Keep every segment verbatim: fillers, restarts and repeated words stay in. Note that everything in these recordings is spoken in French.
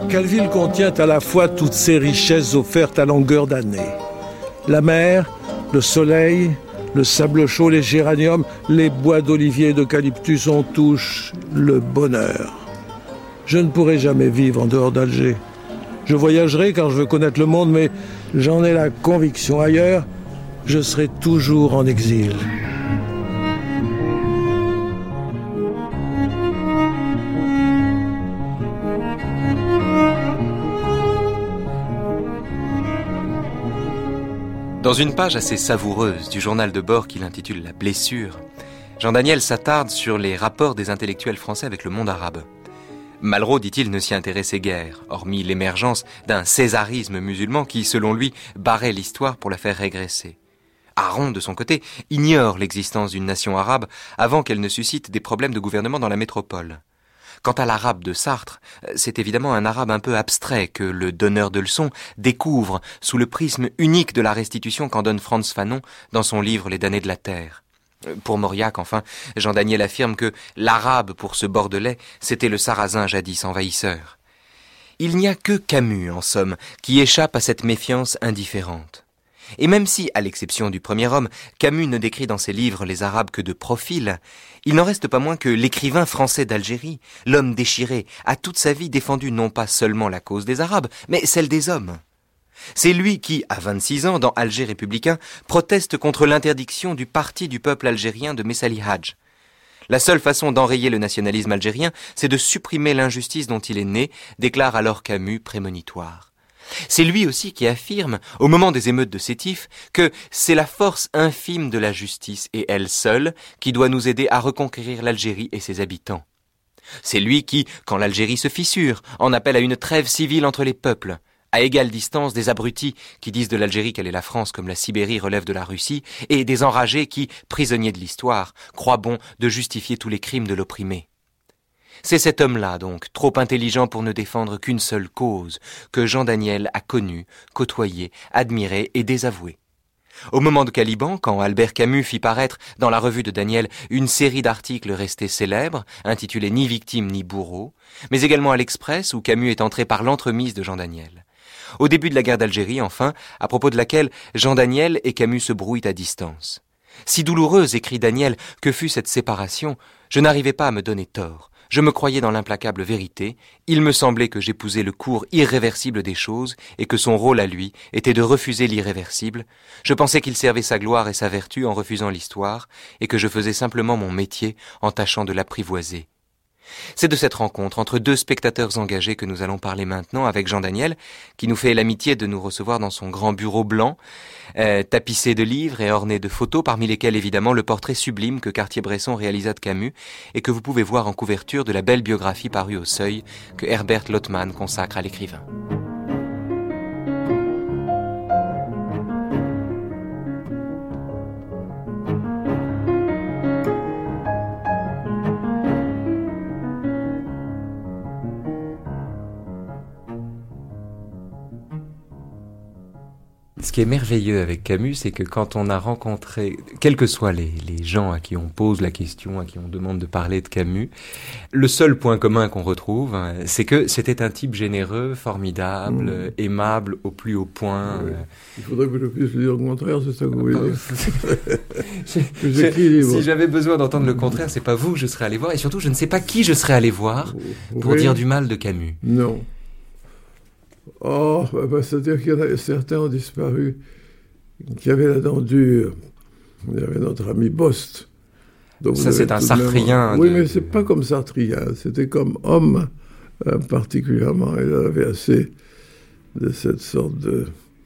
Calville contient à la fois toutes ces richesses offertes à longueur d'année. La mer, le soleil, le sable chaud, les géraniums, les bois d'olivier et d'eucalyptus en touchent le bonheur. Je ne pourrai jamais vivre en dehors d'Alger. Je voyagerai quand je veux connaître le monde, mais j'en ai la conviction. Ailleurs, je serai toujours en exil. Dans une page assez savoureuse du journal de bord qu'il intitule « La blessure », Jean Daniel s'attarde sur les rapports des intellectuels français avec le monde arabe. Malraux, dit-il, ne s'y intéressait guère, hormis l'émergence d'un césarisme musulman qui, selon lui, barrait l'histoire pour la faire régresser. Aron, de son côté, ignore l'existence d'une nation arabe avant qu'elle ne suscite des problèmes de gouvernement dans la métropole. Quant à l'arabe de Sartre, c'est évidemment un arabe un peu abstrait que le donneur de leçons découvre sous le prisme unique de la restitution qu'en donne Frantz Fanon dans son livre « Les damnés de la terre ». Pour Mauriac, enfin, Jean Daniel affirme que l'arabe pour ce Bordelais, c'était le sarrasin jadis envahisseur. Il n'y a que Camus, en somme, qui échappe à cette méfiance indifférente. Et même si, à l'exception du premier homme, Camus ne décrit dans ses livres les Arabes que de profil, il n'en reste pas moins que l'écrivain français d'Algérie, l'homme déchiré, a toute sa vie défendu non pas seulement la cause des Arabes, mais celle des hommes. C'est lui qui, à vingt-six ans, dans Alger républicain, proteste contre l'interdiction du parti du peuple algérien de Messali Hadj. La seule façon d'enrayer le nationalisme algérien, c'est de supprimer l'injustice dont il est né, déclare alors Camus prémonitoire. C'est lui aussi qui affirme, au moment des émeutes de Sétif, que c'est la force infime de la justice, et elle seule, qui doit nous aider à reconquérir l'Algérie et ses habitants. C'est lui qui, quand l'Algérie se fissure, en appelle à une trêve civile entre les peuples, à égale distance des abrutis qui disent de l'Algérie qu'elle est la France comme la Sibérie relève de la Russie, et des enragés qui, prisonniers de l'histoire, croient bon de justifier tous les crimes de l'opprimé. C'est cet homme-là, donc, trop intelligent pour ne défendre qu'une seule cause, que Jean Daniel a connu, côtoyé, admiré et désavoué. Au moment de Caliban, quand Albert Camus fit paraître dans la revue de Daniel une série d'articles restés célèbres, intitulés « Ni victime ni bourreau », mais également à l'Express, où Camus est entré par l'entremise de Jean Daniel. Au début de la guerre d'Algérie, enfin, à propos de laquelle Jean Daniel et Camus se brouillent à distance. Si douloureuse, écrit Daniel, que fut cette séparation, je n'arrivais pas à me donner tort. Je me croyais dans l'implacable vérité, il me semblait que j'épousais le cours irréversible des choses et que son rôle à lui était de refuser l'irréversible. Je pensais qu'il servait sa gloire et sa vertu en refusant l'histoire et que je faisais simplement mon métier en tâchant de l'apprivoiser. C'est de cette rencontre entre deux spectateurs engagés que nous allons parler maintenant avec Jean Daniel, qui nous fait l'amitié de nous recevoir dans son grand bureau blanc, euh, tapissé de livres et orné de photos, parmi lesquels évidemment le portrait sublime que Cartier-Bresson réalisa de Camus et que vous pouvez voir en couverture de la belle biographie parue au Seuil que Herbert Lottmann consacre à l'écrivain. Ce qui est merveilleux avec Camus, c'est que quand on a rencontré, quels que soient les, les gens à qui on pose la question, à qui on demande de parler de Camus, le seul point commun qu'on retrouve, hein, c'est que c'était un type généreux, formidable, mmh. aimable au plus haut point. Oui. Il faudrait que je puisse dire le contraire, c'est ça que vous voulez dire. je, je, si j'avais besoin d'entendre le contraire, c'est pas vous que je serais allé voir, et surtout je ne sais pas qui je serais allé voir pour oui. dire du mal de Camus. Non. Oh, bah, c'est-à-dire qu'il y en a, certains ont disparu, qui avaient la dent dure. Il y avait notre ami Bost. Donc ça, c'est un sartrien. Même... Oui, de... mais c'est pas comme sartrien. C'était comme homme, euh, particulièrement. Il avait assez de cette sorte de,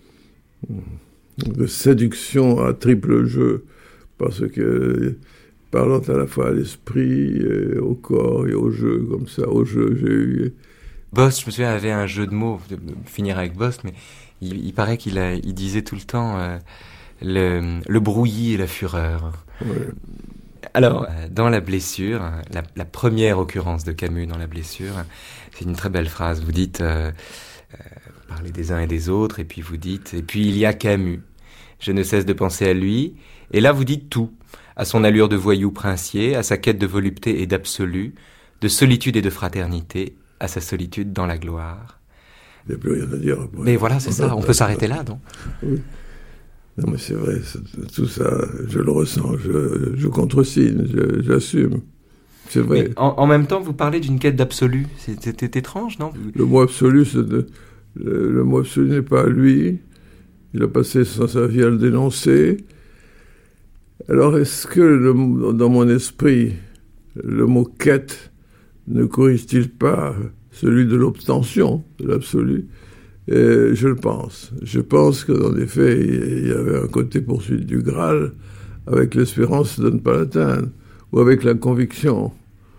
de séduction à triple jeu, parce que, parlant à la fois à l'esprit, et au corps et au jeu, comme ça, au jeu, j'ai eu... Bost, je me souviens, avait un jeu de mots, de finir avec Bost, mais il, il paraît qu'il a, il disait tout le temps euh, le, le brouillis et la fureur. Ouais. Alors, euh, dans La blessure, la, la première occurrence de Camus dans La blessure, c'est une très belle phrase. Vous dites, euh, euh, vous parlez des uns et des autres, et puis vous dites, et puis il y a Camus. Je ne cesse de penser à lui, et là vous dites tout, à son allure de voyou princier, à sa quête de volupté et d'absolu, de solitude et de fraternité, à sa solitude dans la gloire. Il n'y a plus rien à dire après. Mais voilà, c'est ça, on peut s'arrêter là, non? Oui. Non, mais c'est vrai, c'est, tout ça, je le ressens, je, je contresigne, je, j'assume. C'est vrai. Mais en, en même temps, vous parlez d'une quête d'absolu. C'était étrange, non? Le mot absolu, c'est de, le, le mot absolu n'est pas à lui. Il a passé sa vie à le dénoncer. Alors, est-ce que le, dans mon esprit, le mot quête ne corrige-t-il pas celui de l'obtention de l'absolu? Et je le pense. Je pense que dans les faits, il y avait un côté poursuite du Graal avec l'espérance de ne pas l'atteindre, ou avec la conviction.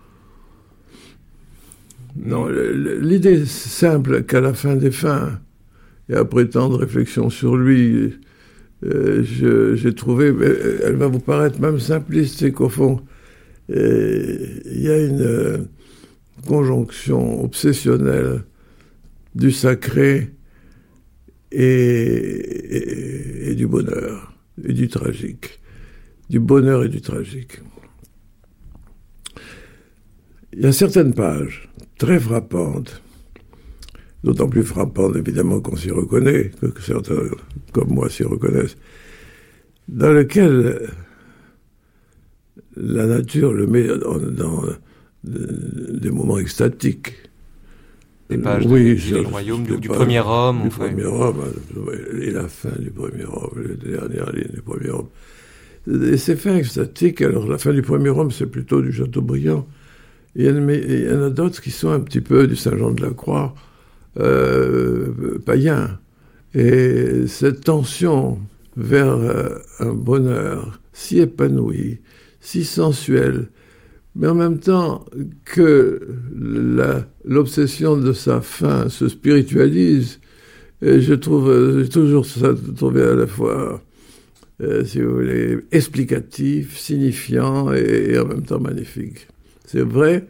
Non, l'idée simple qu'à la fin des fins, et après tant de réflexion sur lui, euh, je, j'ai trouvé, elle va vous paraître même simpliste, c'est qu'au fond, euh, il y a une euh, conjonction obsessionnelle du sacré et, et, et du bonheur, et du tragique. Du bonheur et du tragique. Il y a certaines pages très frappantes, d'autant plus frappantes évidemment qu'on s'y reconnaît, que certains comme moi s'y reconnaissent, dans lesquelles la nature le met dans, dans des moments extatiques. Des pages oui, de, le royaume du, du premier homme. Du enfin. premier homme, et la fin du premier homme, les dernières lignes du premier homme. Et ces fins extatiques, alors la fin du premier homme, c'est plutôt du Chateaubriand. Il y en a, il y en a d'autres qui sont un petit peu du Saint Jean de la Croix, euh, païen. Et cette tension vers euh, un bonheur si épanoui, si sensuel, mais en même temps que la, l'obsession de sa fin se spiritualise, et je trouve j'ai toujours ça trouvé à la fois, euh, si vous voulez, explicatif, signifiant et, et en même temps magnifique. C'est vrai,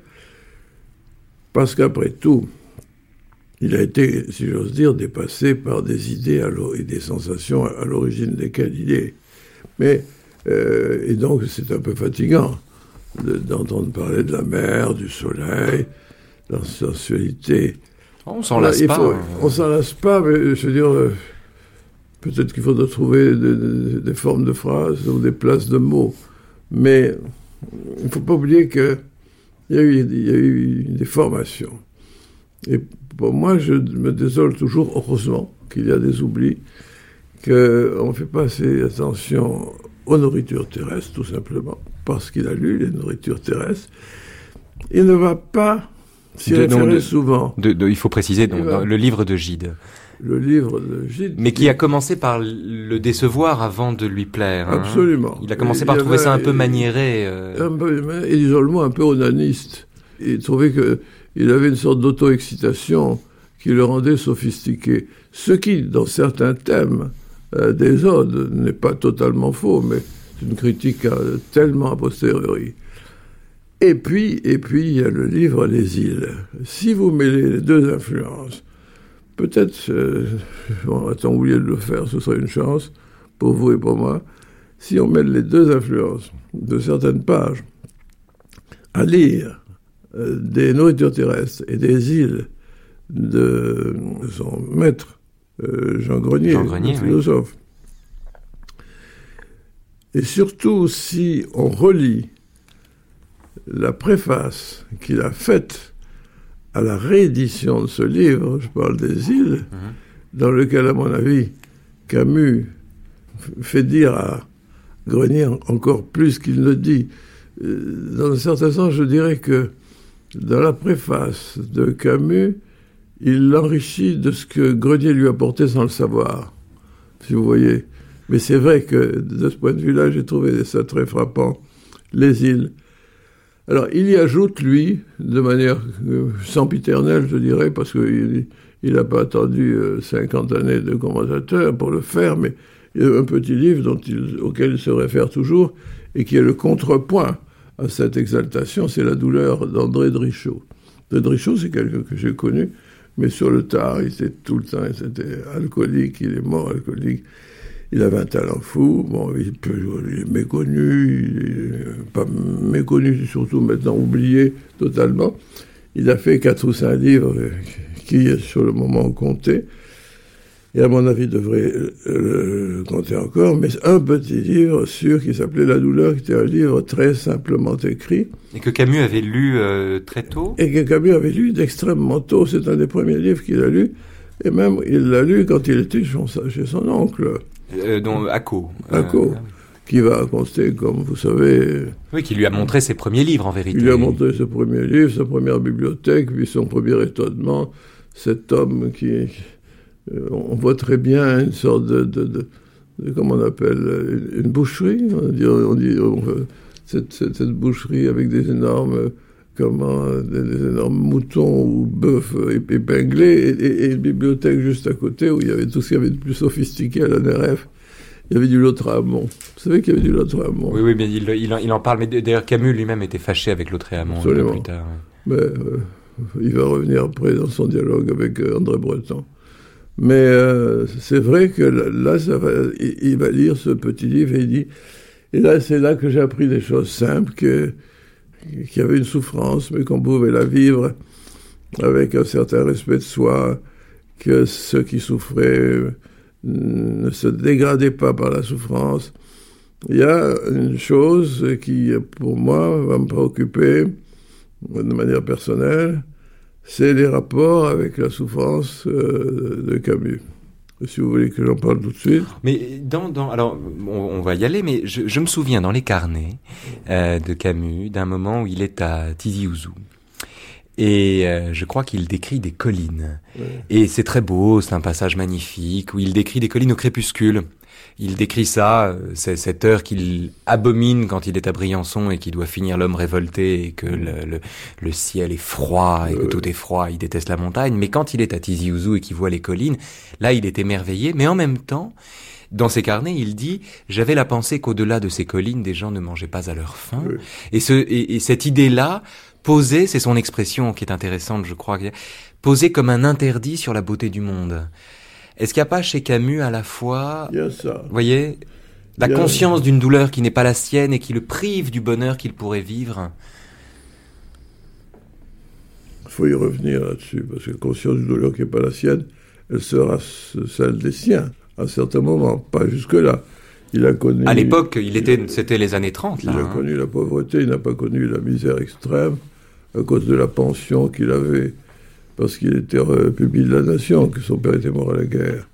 parce qu'après tout, il a été, si j'ose dire, dépassé par des idées à et des sensations à l'origine desquelles il est. Mais, euh, et donc c'est un peu fatigant d'entendre parler de la mer, du soleil, de la sensualité. On s'en lasse pas. Faut, on s'en lasse pas, mais je veux dire, euh, peut-être qu'il faudra trouver des, des, des formes de phrases ou des places de mots. Mais il ne faut pas oublier qu'il y a eu, il y a eu des formations. Et pour moi, je me désole toujours, heureusement, qu'il y a des oublis, qu'on ne fait pas assez attention aux nourritures terrestres, tout simplement, parce qu'il a lu les nourritures terrestres. Il ne va pas s'y de, référer de, souvent. De, de, il faut préciser, donc, va, le livre de Gide. Le livre de Gide. Mais qui a commencé par le décevoir avant de lui plaire. Hein. Absolument. Il a commencé il par trouver avait, ça un peu maniéré. Euh... Un peu, et disons-le-moi, un peu onaniste. Il trouvait qu'il avait une sorte d'auto-excitation qui le rendait sophistiqué. Ce qui, dans certains thèmes euh, des odes, n'est pas totalement faux, mais c'est une critique euh, tellement a posteriori. Et puis, et puis, il y a le livre Les îles. Si vous mêlez les deux influences, peut-être, euh, on a oublié de le faire, ce serait une chance pour vous et pour moi, si on mêle les deux influences de certaines pages à lire euh, des nourritures terrestres et des îles de son maître, euh, Jean Grenier, Jean Grenier, le philosophe. Oui. Et surtout, si on relit la préface qu'il a faite à la réédition de ce livre, je parle des îles, mmh. dans lequel, à mon avis, Camus fait dire à Grenier encore plus qu'il ne dit. Dans un certain sens, je dirais que dans la préface de Camus, il l'enrichit de ce que Grenier lui apportait sans le savoir, si vous voyez. Mais c'est vrai que, de ce point de vue-là, j'ai trouvé ça très frappant, les îles. Alors, il y ajoute, lui, de manière euh, sempiternelle, je dirais, parce qu'il n'a pas attendu euh, cinquante années de commentateur pour le faire, mais il y a un petit livre dont il, auquel il se réfère toujours, et qui est le contrepoint à cette exaltation, c'est La douleur d'André Drichot. De Drichot, c'est quelqu'un que j'ai connu, mais sur le tard, il était tout le temps, il était alcoolique, il est mort alcoolique. Il avait un talent fou, bon, il, peut, il est méconnu, il est pas méconnu, surtout maintenant oublié totalement. Il a fait quatre ou cinq livres qui, sur le moment, comptait. Et à mon avis, devrait le compter encore, mais un petit livre sûr qui s'appelait La douleur, qui était un livre très simplement écrit. Et que Camus avait lu euh, très tôt. Et que Camus avait lu d'extrêmement tôt. C'est un des premiers livres qu'il a lu. Et même, il l'a lu quand il était chez son oncle. Euh, dont Acco. Acco, euh, qui va constater, comme vous savez... Oui, qui lui a montré ses premiers livres, en vérité. Il lui a montré ses premiers livres, sa première bibliothèque, puis son premier étonnement. Cet homme qui... On voit très bien une sorte de, de, de, de comment on appelle, une, une boucherie, on dit, on dit on, cette, cette, cette boucherie avec des énormes, comment, des, des énormes moutons ou bœufs épinglés, et, et, et une bibliothèque juste à côté où il y avait tout ce qu'il y avait de plus sophistiqué à l'A N R F. Il y avait du Lautréamont. Vous savez qu'il y avait du Lautréamont. Oui, oui, mais il, il, en, il en parle. Mais d'ailleurs, Camus lui-même était fâché avec Lautréamont un peu plus tard. Mais euh, il va revenir après dans son dialogue avec euh, André Breton. Mais euh, c'est vrai que là, ça va, il, il va lire ce petit livre et il dit... Et là, c'est là que j'ai appris des choses simples, que, qu'il y avait une souffrance, mais qu'on pouvait la vivre avec un certain respect de soi, que ceux qui souffraient ne se dégradaient pas par la souffrance. Il y a une chose qui, pour moi, va me préoccuper de manière personnelle, c'est les rapports avec la souffrance euh, de Camus. Si vous voulez que j'en parle tout de suite. Mais dans, dans alors on, on va y aller, mais je, je me souviens dans les carnets euh, de Camus d'un moment où il est à Tizi Ouzou. Et euh, je crois qu'il décrit des collines. Ouais. Et c'est très beau, c'est un passage magnifique où il décrit des collines au crépuscule. Il décrit ça, c'est cette heure qu'il abomine quand il est à Briançon et qu'il doit finir l'homme révolté et que le, le, le ciel est froid et que euh... tout est froid, il déteste la montagne. Mais quand il est à Tizi Ouzou et qu'il voit les collines, là il est émerveillé. Mais en même temps, dans ses carnets, il dit « J'avais la pensée qu'au-delà de ces collines, des gens ne mangeaient pas à leur faim. Oui. » Et, ce, et, et cette idée-là, posée, c'est son expression qui est intéressante, je crois, posée comme un interdit sur la beauté du monde. Est-ce qu'il n'y a pas chez Camus à la fois, il y a ça. Vous voyez, la conscience d'une douleur qui n'est pas la sienne et qui le prive du bonheur qu'il pourrait vivre? Il faut y revenir là-dessus, parce que la conscience d'une douleur qui n'est pas la sienne, elle sera celle des siens, à certains moments, pas jusque-là. Il a connu... À l'époque, il était, c'était les années trente, là. Il a hein. connu la pauvreté, il n'a pas connu la misère extrême, à cause de la pension qu'il avait... parce qu'il était euh, pupille de la nation, que son père était mort à la guerre.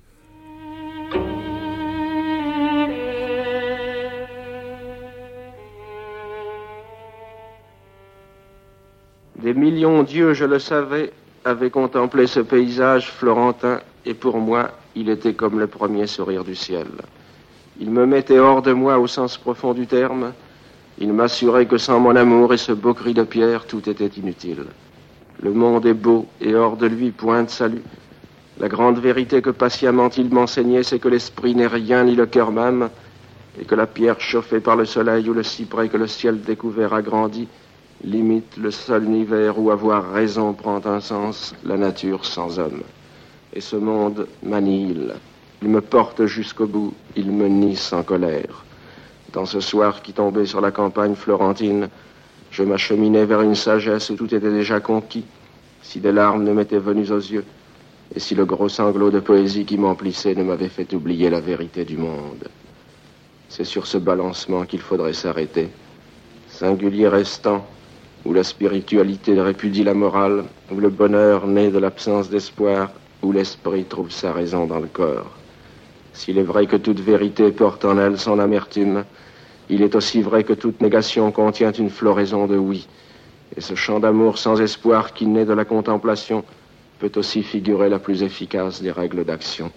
Des millions d'yeux, je le savais, avaient contemplé ce paysage florentin, et pour moi, il était comme le premier sourire du ciel. Il me mettait hors de moi au sens profond du terme, il m'assurait que sans mon amour et ce beau cri de pierre, tout était inutile. Le monde est beau, et hors de lui, point de salut. La grande vérité que patiemment il m'enseignait, c'est que l'esprit n'est rien, ni le cœur même, et que la pierre chauffée par le soleil ou le cyprès que le ciel découvert agrandit, limite le seul univers où avoir raison prend un sens, la nature sans homme. Et ce monde m'annihile. Il me porte jusqu'au bout, il me nie sans colère. Dans ce soir qui tombait sur la campagne florentine, je m'acheminais vers une sagesse où tout était déjà conquis, si des larmes ne m'étaient venues aux yeux, et si le gros sanglot de poésie qui m'emplissait ne m'avait fait oublier la vérité du monde. C'est sur ce balancement qu'il faudrait s'arrêter, singulier restant, où la spiritualité répudie la morale, où le bonheur naît de l'absence d'espoir, où l'esprit trouve sa raison dans le corps. S'il est vrai que toute vérité porte en elle son amertume, il est aussi vrai que toute négation contient une floraison de oui. Et ce chant d'amour sans espoir qui naît de la contemplation peut aussi figurer la plus efficace des règles d'action.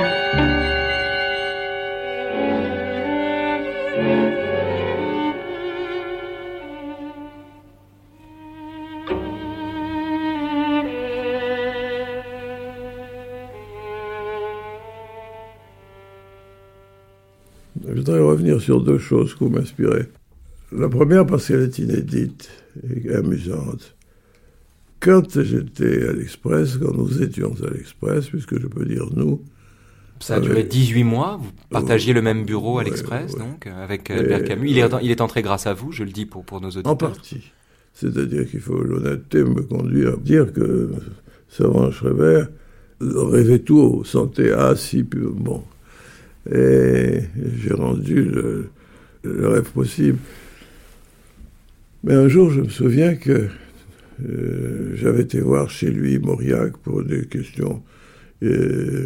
Je voudrais revenir sur deux choses qui m'inspiraient. La première, parce qu'elle est inédite et amusante. Quand j'étais à l'Express, quand nous étions à l'Express, puisque je peux dire nous... Ça a avec... duré dix-huit mois, vous partagiez euh, le même bureau à l'Express, ouais, ouais. donc, avec Albert Camus. Il est, il est entré grâce à vous, je le dis pour, pour nos auditeurs. En partie. C'est-à-dire qu'il faut l'honnêteté me conduire à dire que Servan-Schreiber rêvait tout haut, sentait ah si, puis bon. Et j'ai rendu le, le rêve possible. Mais un jour, je me souviens que euh, j'avais été voir chez lui Mauriac pour des questions. Et, euh,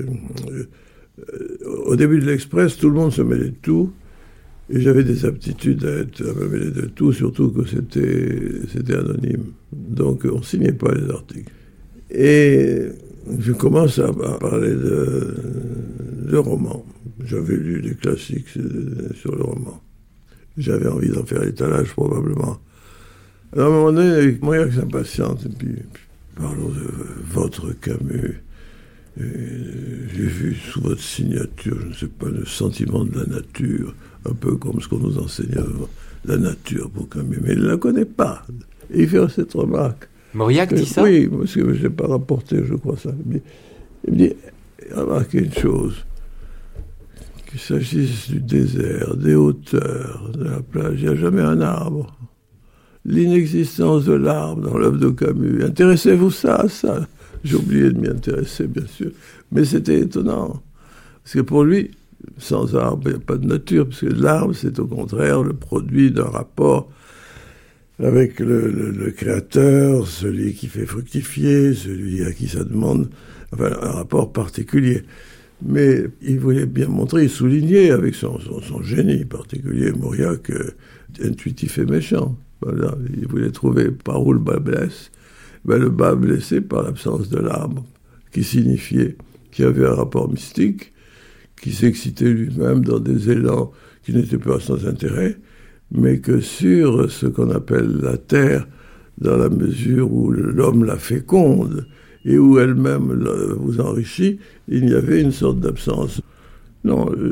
au début de l'Express, tout le monde se mêlait de tout. Et j'avais des aptitudes à, être, à me mêler de tout, surtout que c'était, c'était anonyme. Donc on ne signait pas les articles. Et je commence à, à parler de, de romans. J'avais lu des classiques sur le roman. J'avais envie d'en faire l'étalage, probablement. Alors à un moment donné, Mauriac s'impatiente, et puis, puis parlons de votre Camus. Et j'ai vu sous votre signature, je ne sais pas, le sentiment de la nature, un peu comme ce qu'on nous enseignait avant, la nature pour Camus, mais il ne la connaît pas. Et il fait cette remarque. Mauriac dit ça ? Oui, parce que je n'ai pas rapporté, je crois ça. Il me dit, remarquez une chose, qu'il s'agisse du désert, des hauteurs, de la plage, il n'y a jamais un arbre. L'inexistence de l'arbre dans l'œuvre de Camus, intéressez-vous ça à ça ? J'ai oublié de m'y intéresser, bien sûr. Mais c'était étonnant. Parce que pour lui, sans arbre, il n'y a pas de nature. Parce que l'arbre, c'est au contraire le produit d'un rapport avec le, le, le créateur, celui qui fait fructifier, celui à qui ça demande, enfin, un rapport particulier. Mais il voulait bien montrer, il soulignait avec son, son, son génie particulier, Mauriac, euh, intuitif et méchant. Voilà, il voulait trouver par où le bas blesse. Ben, le bas blessé par l'absence de l'arbre, qui signifiait qu'il y avait un rapport mystique, qui s'excitait lui-même dans des élans qui n'étaient pas sans intérêt, mais que sur ce qu'on appelle la terre, dans la mesure où l'homme la féconde et où elle-même vous enrichit, il y avait une sorte d'absence. Non, euh,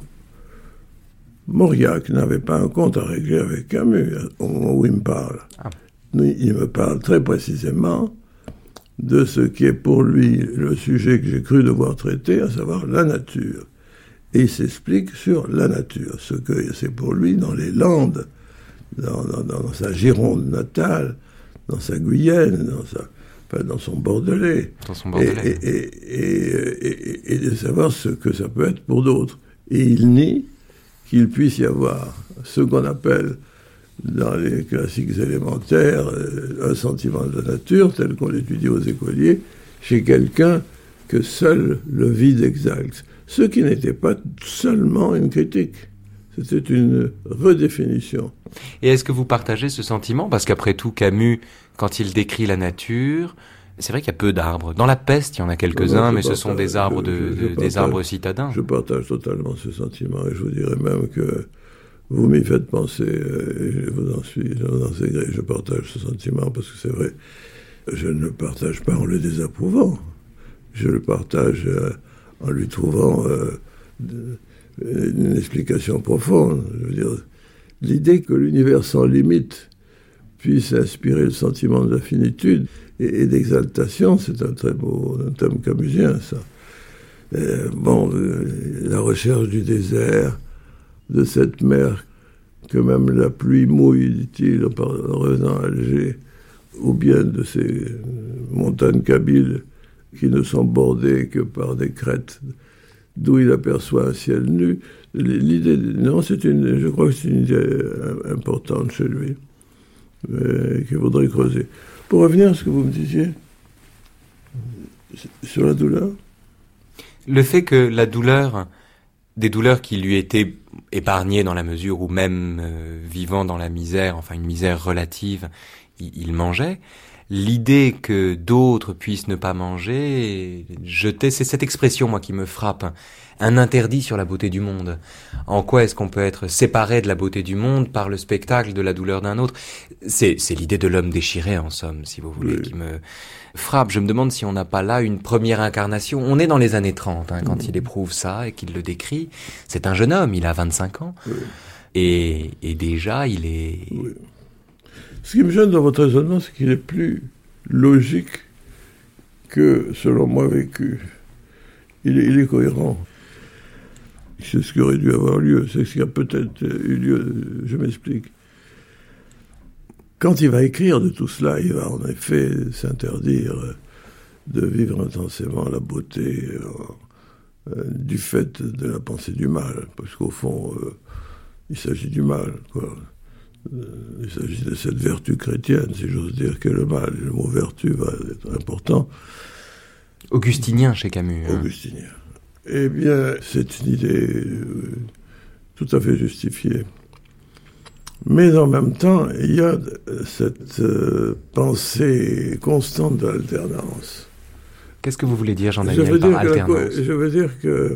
Mauriac n'avait pas un compte à régler avec Camus au moment où il me parle. Ah. Il me parle très précisément de ce qui est pour lui le sujet que j'ai cru devoir traiter, à savoir la nature. Et il s'explique sur la nature, ce que c'est pour lui dans les Landes, dans, dans, dans sa Gironde natale, dans sa Guyenne, dans, sa, enfin, dans son Bordelais. Dans son Bordelais. Et, et, et, et, et de savoir ce que ça peut être pour d'autres. Et il nie qu'il puisse y avoir ce qu'on appelle dans les classiques élémentaires, un sentiment de la nature, tel qu'on l'étudie aux écoliers, chez quelqu'un que seul le vide exalte. Ce qui n'était pas seulement une critique, c'était une redéfinition. Et est-ce que vous partagez ce sentiment ? Parce qu'après tout, Camus, quand il décrit la nature, c'est vrai qu'il y a peu d'arbres. Dans La Peste, il y en a quelques-uns, non, mais partage, ce sont des arbres, de, je, je de, partage, des arbres citadins. Je partage totalement ce sentiment, et je vous dirais même que vous m'y faites penser, et je vous en suis, je vous en sais gré, je partage ce sentiment, parce que c'est vrai, je ne le partage pas en le désapprouvant, je le partage euh, en lui trouvant euh, de, une explication profonde. Je veux dire, l'idée que l'univers sans limite puisse inspirer le sentiment de la finitude et, et d'exaltation, c'est un très beau un thème camusien, ça. Et, bon, euh, la recherche du désert, de cette mer que même la pluie mouille, dit-il, en revenant à Alger, ou bien de ces montagnes kabyles qui ne sont bordées que par des crêtes d'où il aperçoit un ciel nu. L'idée, non, c'est une, je crois que c'est une idée importante chez lui, euh, qu'il faudrait creuser. Pour revenir à ce que vous me disiez, sur la douleur. Le fait que la douleur, des douleurs qui lui étaient épargnées dans la mesure où même euh, vivant dans la misère, enfin une misère relative, il, il mangeait. L'idée que d'autres puissent ne pas manger, jeter, c'est cette expression, moi, qui me frappe. Un interdit sur la beauté du monde. En quoi est-ce qu'on peut être séparé de la beauté du monde par le spectacle de la douleur d'un autre ? C'est, c'est l'idée de l'homme déchiré, en somme, si vous voulez, oui. qui me frappe. Je me demande si on n'a pas là une première incarnation. On est dans les années trente, hein, quand mmh. il éprouve ça et qu'il le décrit. C'est un jeune homme, il a vingt-cinq ans. Oui. Et, et déjà, il est... Oui. Ce qui me gêne dans votre raisonnement, c'est qu'il est plus logique que, selon moi, vécu. Il est, il est cohérent. C'est ce qui aurait dû avoir lieu. C'est ce qui a peut-être eu lieu. Je m'explique. Quand il va écrire de tout cela, il va en effet s'interdire de vivre intensément la beauté euh, euh, du fait de la pensée du mal, parce qu'au fond, euh, il s'agit du mal, quoi. Euh, il s'agit de cette vertu chrétienne, si j'ose dire, qu'est le mal. Le mot vertu va être important. Augustinien chez Camus. Hein. Augustinien. Eh bien, c'est une idée euh, tout à fait justifiée. Mais en même temps, il y a cette euh, pensée constante de l'alternance. Qu'est-ce que vous voulez dire, Jean-Daniel, par alternance ? Je veux dire que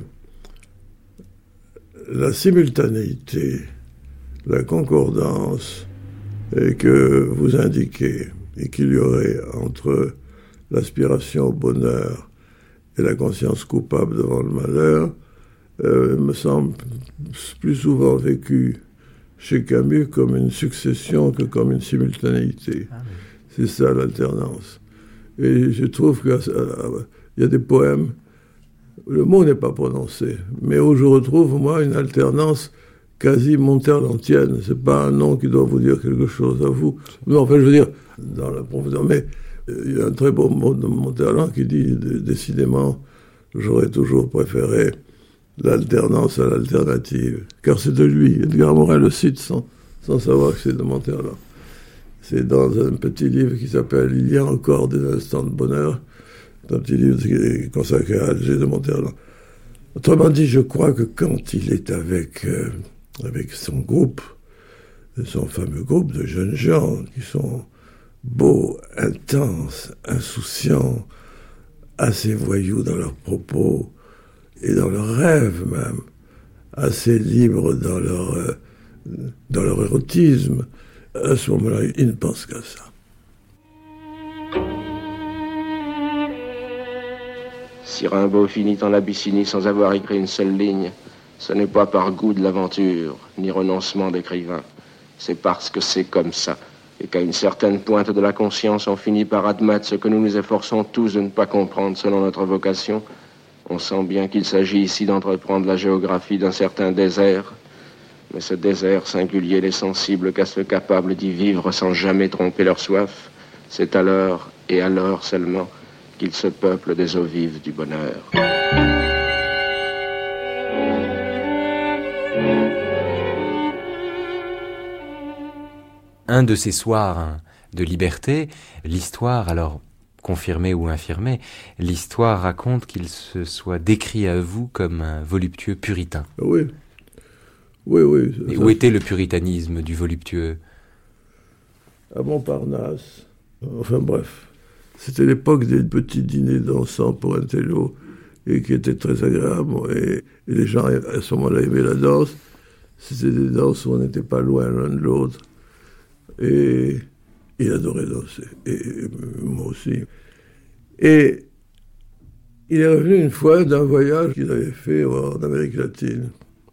la simultanéité, la concordance et que vous indiquez, et qu'il y aurait entre l'aspiration au bonheur et la conscience coupable devant le malheur, euh, me semble plus souvent vécue chez Camus comme une succession que comme une simultanéité. Ah oui. C'est ça l'alternance. Et je trouve qu'il y a des poèmes, le mot n'est pas prononcé, mais où je retrouve, moi, une alternance quasi monterlantienne. C'est pas un nom qui doit vous dire quelque chose à vous. Non, enfin, je veux dire, dans la profondeur. Mais il y a un très beau mot de Monterland qui dit, décidément, j'aurais toujours préféré l'alternance à l'alternative. Car c'est de lui. Edgar Morin le cite sans, sans savoir que c'est de Monterland. C'est dans un petit livre qui s'appelle « Il y a encore des instants de bonheur », un petit livre qui est consacré à Alger de Monterland. Autrement dit, je crois que quand il est avec, euh, avec son groupe, son fameux groupe de jeunes gens qui sont beaux, intenses, insouciants, assez voyous dans leurs propos et dans leurs rêves même, assez libres dans leur, euh, dans leur érotisme, à ce moment-là, ils ne pensent qu'à ça. Si Rimbaud finit en Abyssinie sans avoir écrit une seule ligne, ce n'est pas par goût de l'aventure, ni renoncement d'écrivain. C'est parce que c'est comme ça, et qu'à une certaine pointe de la conscience, on finit par admettre ce que nous nous efforçons tous de ne pas comprendre selon notre vocation. On sent bien qu'il s'agit ici d'entreprendre la géographie d'un certain désert, mais ce désert singulier n'est sensible qu'à ceux capables d'y vivre sans jamais tromper leur soif. C'est alors, et alors seulement, qu'il se peuple des eaux vives du bonheur. Un de ces soirs hein, de liberté, l'histoire, alors confirmée ou infirmée, l'histoire raconte qu'il se soit décrit à vous comme un voluptueux puritain. Oui, oui, oui. Et ça, où était le puritanisme du voluptueux ? À Montparnasse. Enfin bref, c'était l'époque des petits dîners dansants pour intello et qui étaient très agréables. Et, et les gens à ce moment-là aimaient la danse. C'était des danses où on n'était pas loin l'un de l'autre. Et il adorait danser, et, et moi aussi. Et il est revenu une fois d'un voyage qu'il avait fait en Amérique latine.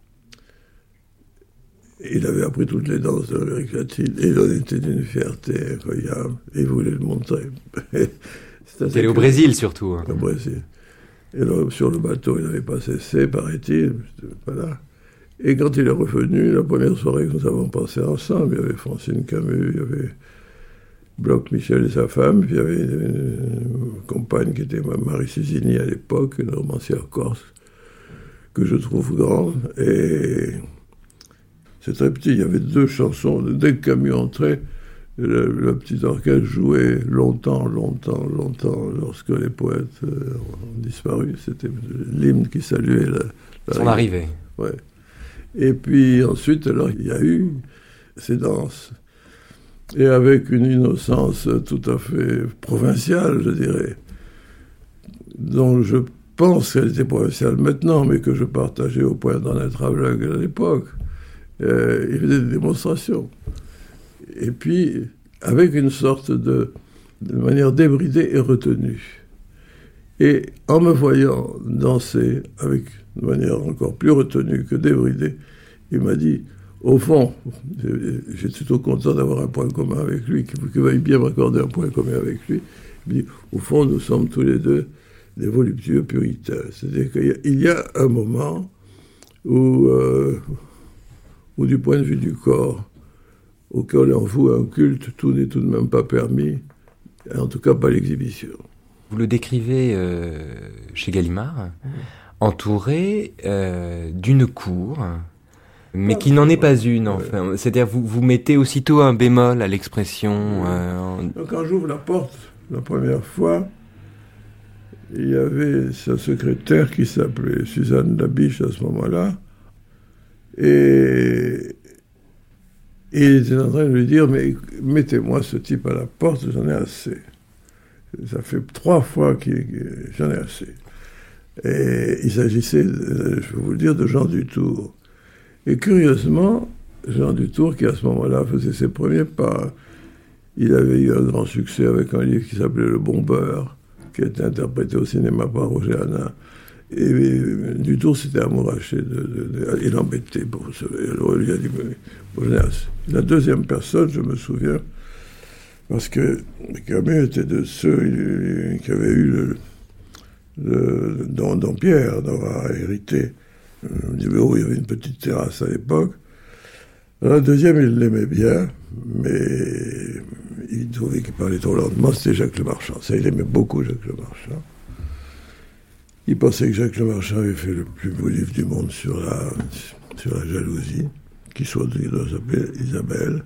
Il avait appris toutes les danses de l'Amérique latine, et il en était d'une fierté incroyable, et il voulait le montrer. C'était allé au Brésil surtout. Hein. Au Brésil. Et là, sur le bateau, il n'avait pas cessé, paraît-il, voilà. Et quand il est revenu, la première soirée que nous avons passée ensemble, il y avait Francine Camus, il y avait Bloch Michel et sa femme, puis il y avait une, une compagne qui était Marie Cézini à l'époque, une romancière corse, que je trouve grande. Et c'est très petit, il y avait deux chansons. Dès que Camus entrait, le, le petit orchestre jouait longtemps, longtemps, longtemps, lorsque les poètes euh, ont disparu. C'était l'hymne qui saluait la, la son arrivée. Ouais. Et puis ensuite, alors, il y a eu ces danses. Et avec une innocence tout à fait provinciale, je dirais, dont je pense qu'elle était provinciale maintenant, mais que je partageais au point d'en être aveugle à l'époque. Euh, il faisait des démonstrations. Et puis, avec une sorte de, de manière débridée et retenue. Et en me voyant danser avec une manière encore plus retenue que débridée, il m'a dit, au fond, j'étais tout content d'avoir un point commun avec lui, qu'il veuille bien m'accorder un point commun avec lui. Il me dit, au fond, nous sommes tous les deux des voluptueux puritains. C'est-à-dire qu'il y a un moment où, euh, où, du point de vue du corps, auquel on voue un culte, tout n'est tout de même pas permis, en tout cas pas l'exhibition. Vous le décrivez euh, chez Gallimard, mmh. entouré euh, d'une cour, mais qui n'en est pas une, enfin. Ouais. C'est-à-dire, vous, vous mettez aussitôt un bémol à l'expression. Ouais. Euh, en... Quand j'ouvre la porte, la première fois, il y avait sa secrétaire qui s'appelait Suzanne Labiche à ce moment-là, et, et il était en train de lui dire, mais mettez-moi ce type à la porte, j'en ai assez. Ça fait trois fois que j'en ai assez. Et il s'agissait, de, je vais vous le dire, de Jean Dutour. Et curieusement, Jean Dutour, qui à ce moment-là faisait ses premiers pas, il avait eu un grand succès avec un livre qui s'appelait Le Bon Beurre, qui a été interprété au cinéma par Roger Hanin. Et, et Dutour s'était amouraché, de, de, de, il l'embêtait. Pour ce, alors il lui a dit, bon, la deuxième personne, je me souviens, parce que Camus était de ceux qui avaient eu le, le don, don Pierre d'avoir hérité. Il y avait une petite terrasse à l'époque. Alors, la deuxième, il l'aimait bien, mais il trouvait qu'il parlait trop lentement, c'était Jacques Le Marchand. Ça, il aimait beaucoup Jacques Le Marchand. Il pensait que Jacques Le Marchand avait fait le plus beau livre du monde sur la, sur la jalousie, qui soit s'appelait Isabelle.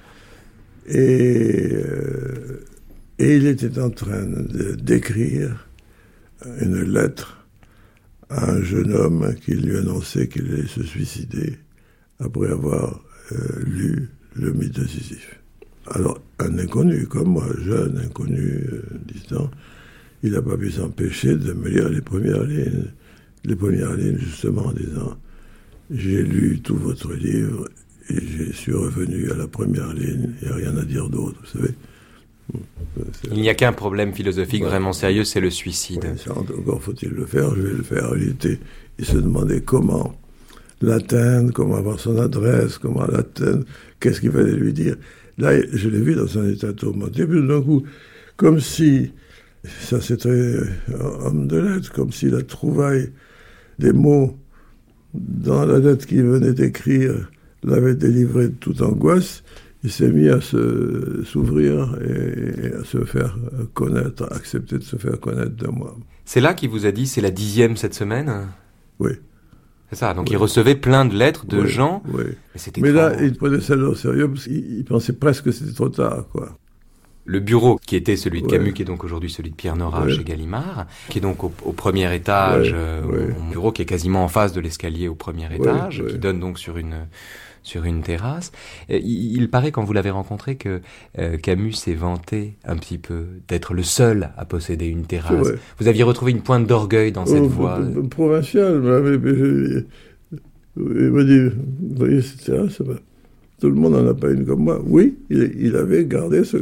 Et, euh, et il était en train de, d'écrire une lettre à un jeune homme qui lui annonçait qu'il allait se suicider après avoir euh, lu Le Mythe de Sisyphe. Alors, un inconnu comme moi, jeune, inconnu, euh, distant, il n'a pas pu s'empêcher de me lire les premières lignes. Les premières lignes, justement, en disant « J'ai lu tout votre livre et je suis revenu à la première ligne, il n'y a rien à dire d'autre, vous savez. » Il n'y a qu'un problème philosophique ouais. vraiment sérieux, c'est le suicide. Ouais, ça, encore faut-il le faire, je vais le faire. Il, était, il se demandait comment l'atteindre, comment avoir son adresse, comment l'atteindre, qu'est-ce qu'il fallait lui dire. Là, je l'ai vu dans un état tourmenté, puis d'un coup, comme si, ça c'est très homme de lettres, comme si la trouvaille des mots dans la lettre qu'il venait d'écrire l'avait délivré de toute angoisse. Il s'est mis à se, s'ouvrir et à se faire connaître, accepter de se faire connaître de moi. C'est là qu'il vous a dit, c'est la dixième cette semaine ? Oui. C'est ça, donc oui. il recevait plein de lettres de oui. gens. Oui. Mais, c'était mais là, trop... il prenait ça au sérieux parce qu'il pensait presque que c'était trop tard, quoi. Le bureau, qui était celui de Camus, ouais. qui est donc aujourd'hui celui de Pierre Nora ouais. chez Gallimard, qui est donc au, au premier étage, ouais. Euh, ouais. au bureau qui est quasiment en face de l'escalier au premier étage, ouais. qui ouais. donne donc sur une... sur une terrasse. Il, il paraît, quand vous l'avez rencontré, que euh, Camus s'est vanté un petit peu d'être le seul à posséder une terrasse. Vous aviez retrouvé une pointe d'orgueil dans cette oh, voix. Provincial, mais il m'a dit, vous voyez cette terrasse, bah, tout le monde n'en a pas une comme moi. Oui, il, il avait gardé ce...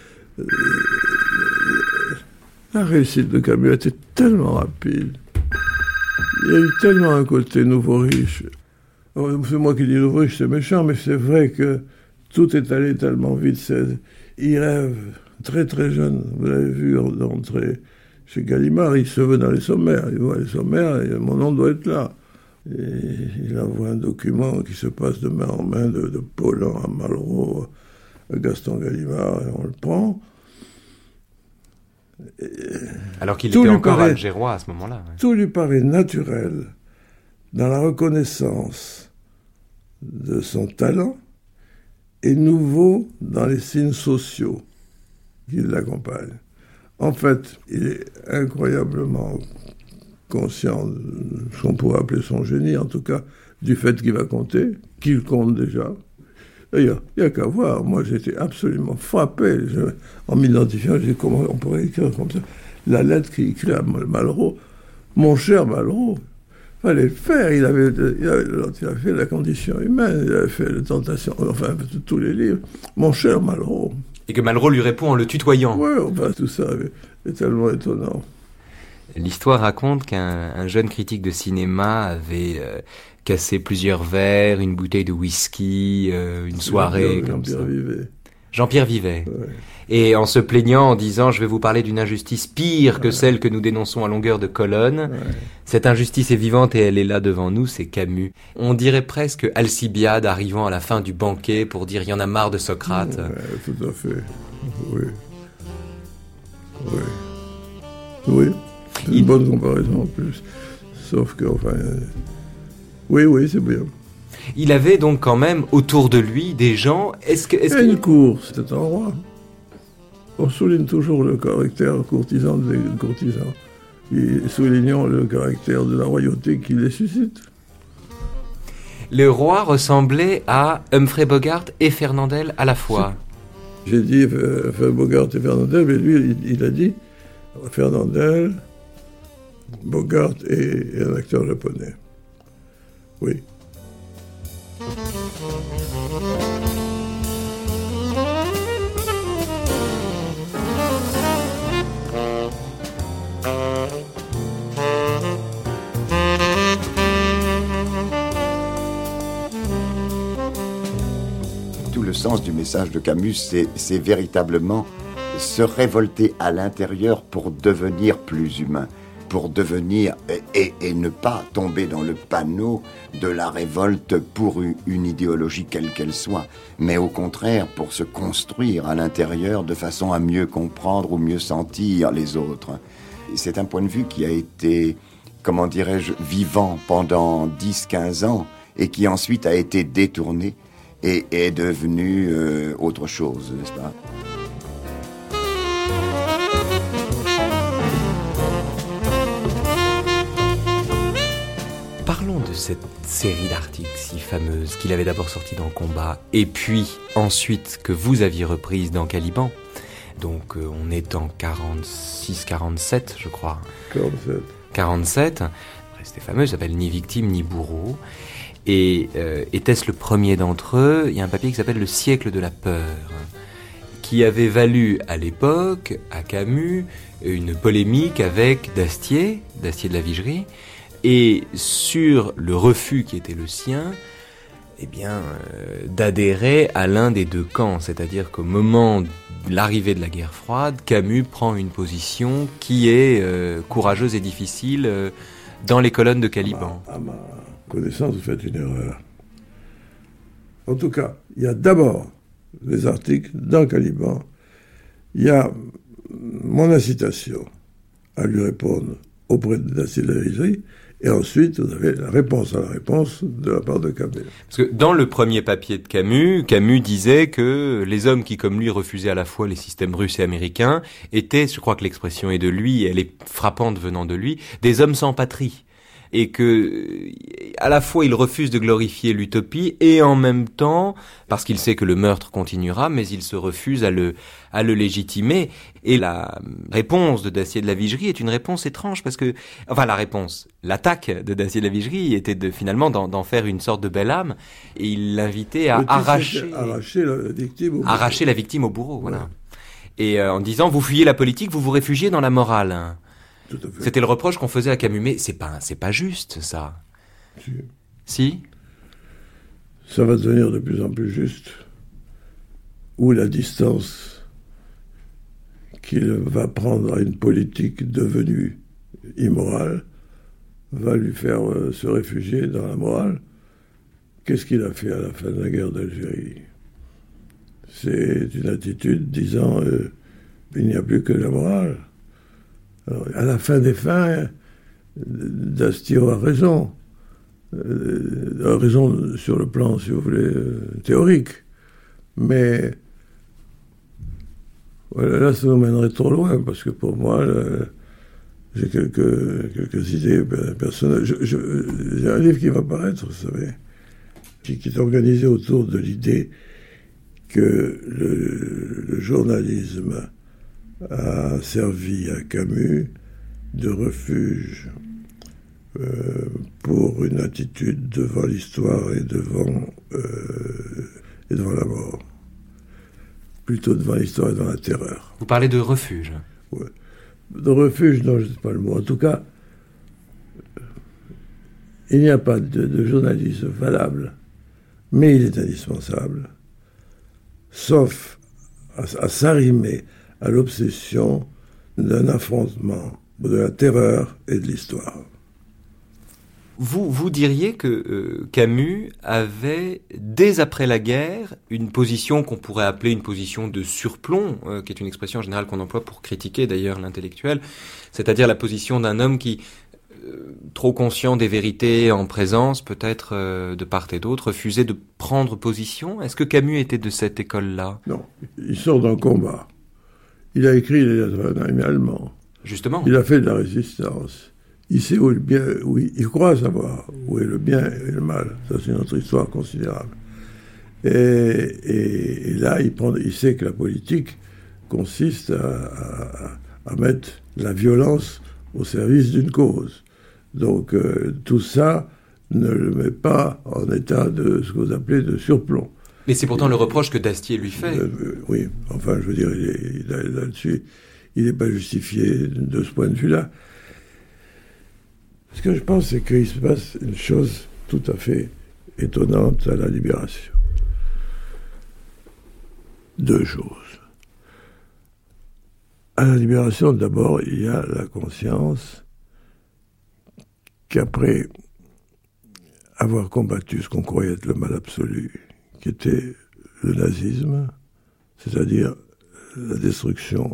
La réussite de Camus était tellement rapide. Il y a eu tellement un côté nouveau riche. C'est moi qui dis nouveau riche, c'est méchant, mais c'est vrai que tout est allé tellement vite. C'est... Il rêve très très jeune. Vous l'avez vu entrer chez Gallimard, il se veut dans les sommaires. Il voit les sommaires et mon nom doit être là. Et il envoie un document qui se passe de main en main de, de Paulhan à Malraux, à Gaston Gallimard, et on le prend. Et alors qu'il était encore paraît, algérois à ce moment-là. Ouais. Tout lui paraît naturel dans la reconnaissance de son talent et nouveau dans les signes sociaux qui l'accompagnent. En fait, il est incroyablement conscient de ce qu'on pourrait appeler son génie, en tout cas du fait qu'il va compter, qu'il compte déjà. D'ailleurs, il n'y a qu'à voir. Moi, j'étais absolument frappé. Je, en m'identifiant, j'ai dit comment on pourrait écrire comme ça. La lettre qu'il écrit à Malraux, mon cher Malraux, il fallait le faire. Il avait, il, avait, il avait fait La Condition humaine, il avait fait Les Tentations, enfin, tous les livres. Mon cher Malraux. Et que Malraux lui répond en le tutoyant. Oui, enfin, tout ça est tellement étonnant. L'histoire raconte qu'un un jeune critique de cinéma avait euh, cassé plusieurs verres, une bouteille de whisky, euh, une soirée Jean, comme Jean-Pierre ça. Vivet. Jean-Pierre Vivet. Ouais. Et en se plaignant, en disant « Je vais vous parler d'une injustice pire que ouais. celle que nous dénonçons à longueur de colonne. Ouais. Cette injustice est vivante et elle est là devant nous, c'est Camus. » On dirait presque Alcibiade arrivant à la fin du banquet pour dire « Il y en a marre de Socrate. » Ouais, tout à fait. Oui. Oui. Oui, c'est Il... une bonne comparaison en plus. Sauf que, enfin... Euh... Oui, oui, c'est bien. Il avait donc quand même autour de lui des gens... Est-ce que, est-ce Et qu'il... une cour, c'était un roi. On souligne toujours le caractère courtisan des courtisans. Et soulignons le caractère de la royauté qui les suscite. Le roi ressemblait à Humphrey Bogart et Fernandel à la fois. J'ai dit euh, Bogart et Fernandel, mais lui, il, il a dit Fernandel, Bogart et, et un acteur japonais. Oui. Tout le sens du message de Camus, c'est, c'est véritablement se révolter à l'intérieur pour devenir plus humain, pour devenir et, et ne pas tomber dans le panneau de la révolte pour une idéologie quelle qu'elle soit, mais au contraire pour se construire à l'intérieur de façon à mieux comprendre ou mieux sentir les autres. C'est un point de vue qui a été, comment dirais-je, vivant pendant dix à quinze ans et qui ensuite a été détourné et est devenu euh, autre chose, n'est-ce pas ? Parlons de cette série d'articles si fameuse qu'il avait d'abord sortie dans Combat et puis ensuite que vous aviez reprise dans Caliban. Donc euh, on est en quarante-six quarante-sept, je crois. quarante-sept. quarante-sept. C'était fameux, ça s'appelle Ni victime ni bourreau. Et euh, était-ce le premier d'entre eux ? Il y a un papier qui s'appelle Le siècle de la peur, qui avait valu à l'époque, à Camus, une polémique avec Dastier, Dastier de la Vigerie, et sur le refus qui était le sien, eh bien, euh, d'adhérer à l'un des deux camps. C'est-à-dire qu'au moment de l'arrivée de la guerre froide, Camus prend une position qui est euh, courageuse et difficile euh, dans les colonnes de Caliban. À ma, à ma connaissance, vous faites une erreur. En tout cas, il y a d'abord les articles dans Caliban. Il y a mon incitation à lui répondre auprès de Dastier de la Vigerie. Et ensuite, vous avez la réponse à la réponse de la part de Camus. Parce que dans le premier papier de Camus, Camus disait que les hommes qui, comme lui, refusaient à la fois les systèmes russes et américains étaient, je crois que l'expression est de lui, elle est frappante venant de lui, des hommes sans patrie. Et que, à la fois, il refuse de glorifier l'utopie et en même temps, parce qu'il sait que le meurtre continuera, mais il se refuse à le, à le légitimer. Et la réponse de Dastier de la Vigerie est une réponse étrange parce que, enfin, la réponse, l'attaque de Dastier de la Vigerie était de, finalement, d'en, d'en faire une sorte de belle âme et il l'invitait à arracher, arracher la victime au bourreau. Arracher la victime au bourreau, voilà. Ouais. Et euh, en disant, vous fuyez la politique, vous vous réfugiez dans la morale. Tout à fait. C'était le reproche qu'on faisait à Camus, mais c'est pas, c'est pas juste, ça. Si. Si ? Ça va devenir de plus en plus juste. Où la distance qu'il va prendre à une politique devenue immorale va lui faire euh, se réfugier dans la morale. Qu'est-ce qu'il a fait à la fin de la guerre d'Algérie ? C'est une attitude disant euh, il n'y a plus que la morale. Alors, à la fin des fins, Dastier a raison. Euh, a raison sur le plan, si vous voulez, euh, théorique. Mais voilà, là, ça nous mènerait trop loin, parce que pour moi, là, j'ai quelques, quelques idées personnelles. Je, je, j'ai un livre qui va paraître, vous savez, qui, qui est organisé autour de l'idée que le, le journalisme a servi à Camus de refuge euh, pour une attitude devant l'histoire et devant, euh, et devant la mort. Plutôt devant l'histoire et devant la terreur. Vous parlez de refuge. Ouais. De refuge, non, je ne sais pas le mot. En tout cas, il n'y a pas de, de journalisme valable, mais il est indispensable, sauf à, à s'arrimer à l'obsession d'un affrontement de la terreur et de l'histoire. Vous, vous diriez que euh, Camus avait, dès après la guerre, une position qu'on pourrait appeler une position de surplomb, euh, qui est une expression générale qu'on emploie pour critiquer d'ailleurs l'intellectuel, c'est-à-dire la position d'un homme qui, euh, trop conscient des vérités en présence, peut-être euh, de part et d'autre, refusait de prendre position. Est-ce que Camus était de cette école-là ? Non, il sort d'un combat. Il a écrit les lettres d'un ami allemand. Justement. Il a fait de la résistance. Il sait où est le bien, où il, il croit savoir où est le bien et le mal. Ça, c'est une autre histoire considérable. Et, et, et là, il, prend, il sait que la politique consiste à, à, à mettre la violence au service d'une cause. Donc, euh, tout ça ne le met pas en état de ce que vous appelez de surplomb. Mais c'est pourtant et, le reproche que Dastier lui fait. Euh, euh, oui, enfin, je veux dire, il est, il est, là-dessus, il n'est pas justifié de ce point de vue-là. Ce que je pense, c'est qu'il se passe une chose tout à fait étonnante à la Libération. Deux choses. À la Libération, d'abord, il y a la conscience qu'après avoir combattu ce qu'on croyait être le mal absolu, qui était le nazisme, c'est-à-dire la destruction,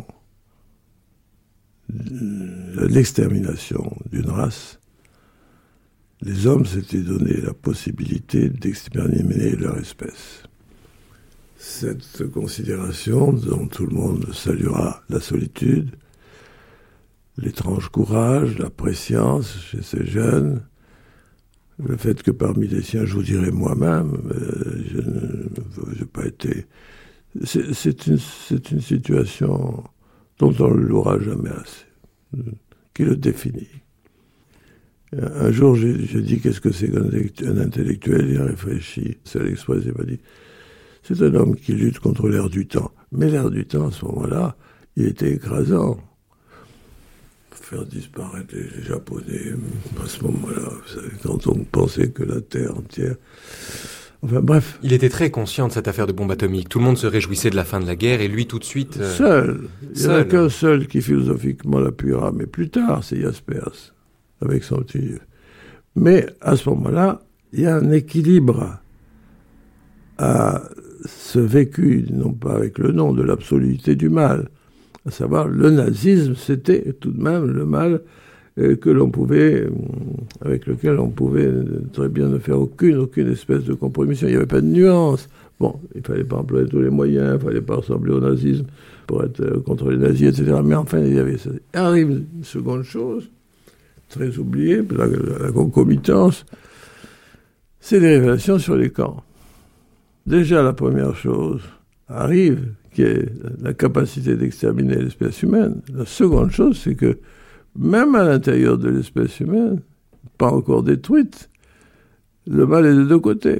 l'extermination d'une race, les hommes s'étaient donné la possibilité d'exterminer leur espèce. Cette considération, dont tout le monde saluera la solitude, l'étrange courage, la prescience chez ces jeunes, le fait que parmi les siens, je vous dirais moi-même, euh, je n'ai pas été... C'est, c'est, une, c'est une situation dont on ne l'aura jamais assez, qui le définit. Un jour, j'ai, j'ai dit, qu'est-ce que c'est qu'un intellectuel ? Il a réfléchi, c'est l'exprès, il m'a dit, c'est un homme qui lutte contre l'air du temps. Mais l'air du temps, à ce moment-là, il était écrasant. Faire disparaître les Japonais, à ce moment-là, vous savez, quand on pensait que la Terre entière... Enfin bref. Il était très conscient de cette affaire de bombe atomique. Tout le monde se réjouissait de la fin de la guerre et lui tout de suite... Euh... Seul. Il n'y en a qu'un seul qui philosophiquement l'appuiera, mais plus tard, c'est Jaspers, avec son petit... Mais à ce moment-là, il y a un équilibre à ce vécu, non pas avec le nom de l'absoluité du mal, à savoir le nazisme, c'était tout de même le mal euh, que l'on pouvait, euh, avec lequel on pouvait très bien ne faire aucune, aucune espèce de compromission. Il n'y avait pas de nuance. Bon, il ne fallait pas employer tous les moyens, il ne fallait pas ressembler au nazisme pour être euh, contre les nazis, et cetera. Mais enfin, il y avait ça. Arrive une seconde chose, très oubliée, la, la, la concomitance, c'est les révélations sur les camps. Déjà, la première chose arrive, qui est la capacité d'exterminer l'espèce humaine. La seconde chose, c'est que même à l'intérieur de l'espèce humaine, pas encore détruite, le mal est de deux côtés.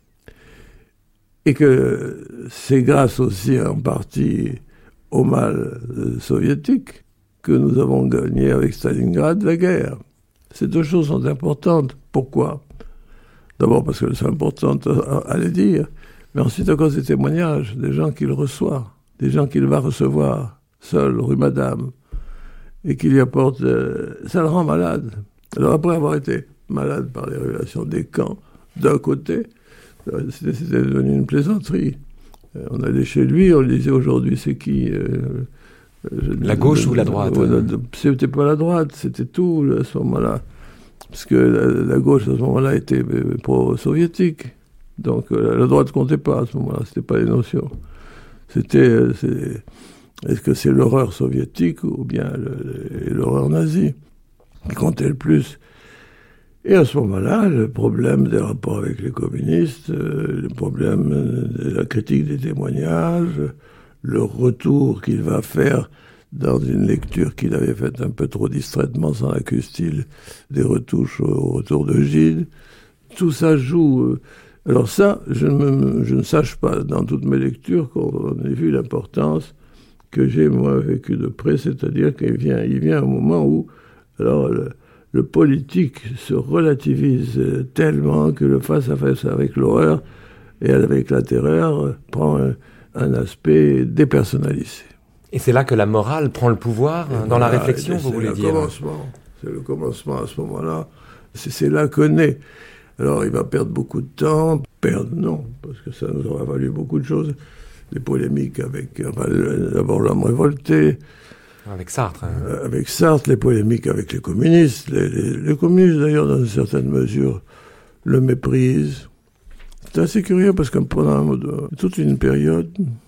Et que c'est grâce aussi en partie au mal soviétique que nous avons gagné avec Stalingrad la guerre. Ces deux choses sont importantes. Pourquoi ? D'abord parce qu'elles sont importantes à, à les dire, mais ensuite à cause des témoignages, des gens qu'il reçoit, des gens qu'il va recevoir, seul, rue Madame, et qu'il y apporte... Euh, ça le rend malade. Alors après avoir été malade par les révélations des camps, d'un côté, c'était, c'était devenu une plaisanterie. Euh, on allait chez lui, on lui disait aujourd'hui c'est qui euh, euh, La gauche euh, ou la droite euh, euh, C'était pas la droite, c'était tout à ce moment-là. Parce que la, la gauche à ce moment-là était euh, pro-soviétique. Donc euh, la droite comptait pas à ce moment-là, c'était pas les notions. C'était, euh, c'est, est-ce que c'est l'horreur soviétique ou bien le, le, l'horreur nazie qui comptait le plus? Et à ce moment-là, le problème des rapports avec les communistes, euh, le problème de la critique des témoignages, le retour qu'il va faire dans une lecture qu'il avait faite un peu trop distraitement, sans l'accuse-t-il, des retouches au retour de Gide, tout ça joue... Euh, Alors ça, je, me, je ne sache pas dans toutes mes lectures qu'on ait vu l'importance que j'ai, moi, vécu de près, c'est-à-dire qu'il vient, il vient un moment où alors, le, le politique se relativise tellement que le face-à-face avec l'horreur et avec la terreur prend un, un aspect dépersonnalisé. Et c'est là que la morale prend le pouvoir et dans voilà, la réflexion, vous voulez dire ? Commencement. C'est le commencement à ce moment-là. C'est, c'est là que naît. Alors il va perdre beaucoup de temps. Perdre, non, parce que ça nous aura valu beaucoup de choses. Les polémiques avec, enfin, d'abord l'homme révolté. Avec Sartre. Hein. Avec Sartre, les polémiques avec les communistes. Les, les, les communistes, d'ailleurs, dans une certaine mesure, le méprisent. C'est assez curieux parce que pendant toute une période,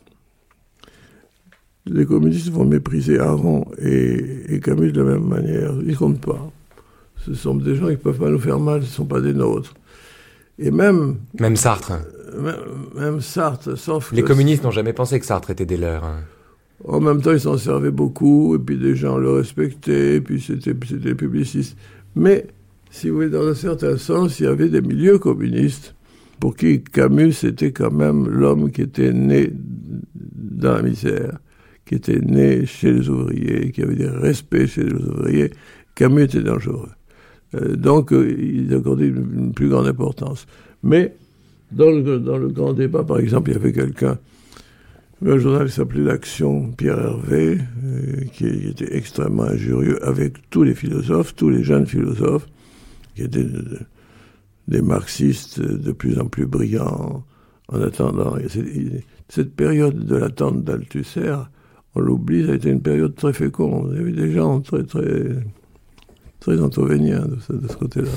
les communistes vont mépriser Aron et, et Camus de la même manière. Ils ne comptent pas. Ce sont des gens qui ne peuvent pas nous faire mal, ce ne sont pas des nôtres. Et même... Même Sartre. Même, même Sartre, sauf Les que communistes n'ont jamais pensé que Sartre était des leurs. Hein. En même temps, ils s'en servaient beaucoup, et puis des gens le respectaient, et puis c'était, c'était publiciste. Mais, si vous voulez, dans un certain sens, il y avait des milieux communistes pour qui Camus était quand même l'homme qui était né dans la misère, qui était né chez les ouvriers, qui avait des respects chez les ouvriers. Camus était dangereux. Euh, donc, euh, il accordait une, une plus grande importance. Mais, dans le, dans le grand débat, par exemple, il y avait quelqu'un, un journal qui s'appelait L'Action, Pierre Hervé, euh, qui était extrêmement injurieux avec tous les philosophes, tous les jeunes philosophes, qui étaient de, de, des marxistes de plus en plus brillants. En attendant, cette période de l'attente d'Althusser, on l'oublie, ça a été une période très féconde. Il y avait des gens très, très, très antovéniens de ce, de ce côté-là.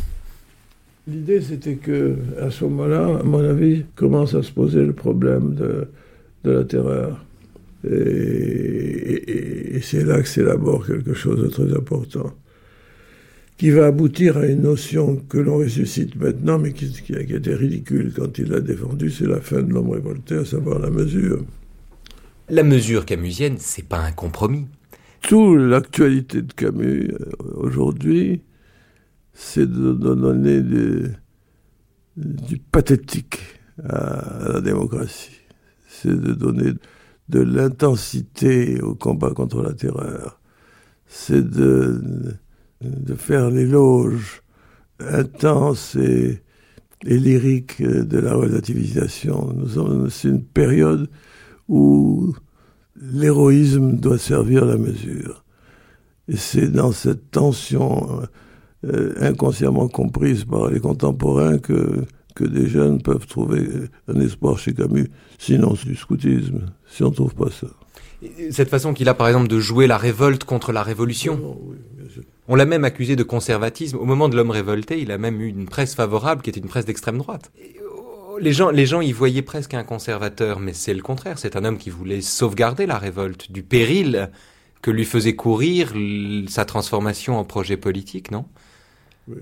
L'idée, c'était que, à ce moment-là, à mon avis, commence à se poser le problème de, de la terreur. Et, et, et c'est là que s'élabore quelque chose de très important, qui va aboutir à une notion que l'on ressuscite maintenant, mais qui, qui, a, qui était ridicule quand il l'a défendue, c'est la fin de l'homme révolté, à savoir la mesure. La mesure camusienne, c'est pas un compromis. Toute l'actualité de Camus, aujourd'hui, c'est de, de donner du, du pathétique à, à la démocratie. C'est de donner de l'intensité au combat contre la terreur. C'est de, de faire l'éloge intense et, et lyrique de la relativisation. Nous sommes, c'est une période où l'héroïsme doit servir la mesure. Et c'est dans cette tension euh, inconsciemment comprise par les contemporains que, que des jeunes peuvent trouver un espoir chez Camus. Sinon, c'est du scoutisme, si on ne trouve pas ça. Cette façon qu'il a, par exemple, de jouer la révolte contre la révolution. Non, oui, bien sûr. On l'a même accusé de conservatisme. Au moment de l'homme révolté, il a même eu une presse favorable qui était une presse d'extrême droite. Les gens, les gens y voyaient presque un conservateur, mais c'est le contraire. C'est un homme qui voulait sauvegarder la révolte du péril que lui faisait courir sa transformation en projet politique, non ? Oui.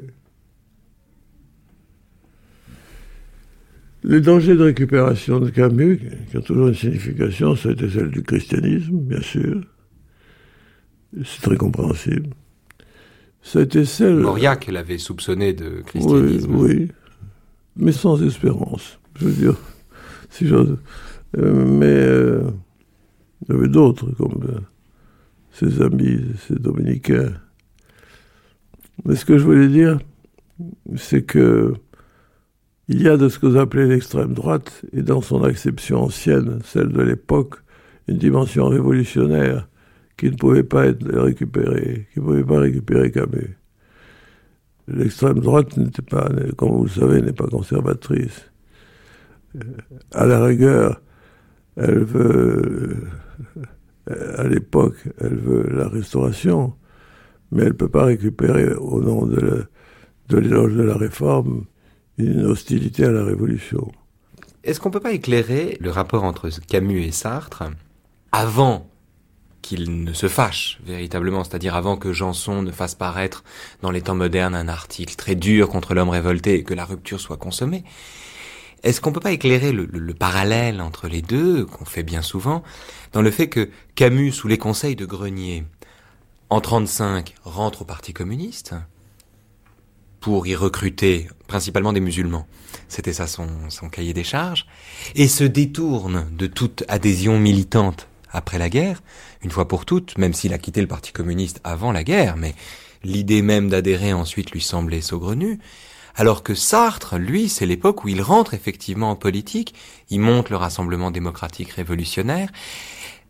Les dangers de récupération de Camus, qui ont toujours une signification, ça a été celle du christianisme, bien sûr. C'est très compréhensible. Ça a été celle... Mauriac l'avait soupçonné de christianisme. Oui, oui. Mais sans espérance, je veux dire, si j'ose. Euh, mais euh, il y avait d'autres, comme euh, ses amis, ses dominicains. Mais ce que je voulais dire, c'est que il y a de ce que vous appelez l'extrême droite, et dans son acception ancienne, celle de l'époque, une dimension révolutionnaire qui ne pouvait pas être récupérée, qui ne pouvait pas récupérer Camus. L'extrême droite n'était pas, comme vous le savez, n'est pas conservatrice. À la rigueur, elle veut, à l'époque, elle veut la restauration, mais elle ne peut pas récupérer, au nom de, la, de l'éloge de la réforme, une hostilité à la révolution. Est-ce qu'on ne peut pas éclairer le rapport entre Camus et Sartre avant qu'il ne se fâche véritablement, c'est-à-dire avant que Janson ne fasse paraître dans les temps modernes un article très dur contre l'homme révolté et que la rupture soit consommée? Est-ce qu'on peut pas éclairer le, le, le parallèle entre les deux, qu'on fait bien souvent, dans le fait que Camus, sous les conseils de Grenier, en trente-cinq, rentre au Parti communiste pour y recruter principalement des musulmans. C'était ça son, son cahier des charges. Et se détourne de toute adhésion militante après la guerre, une fois pour toutes, même s'il a quitté le Parti communiste avant la guerre, mais l'idée même d'adhérer ensuite lui semblait saugrenue. Alors que Sartre, lui, c'est l'époque où il rentre effectivement en politique, il monte le Rassemblement démocratique révolutionnaire.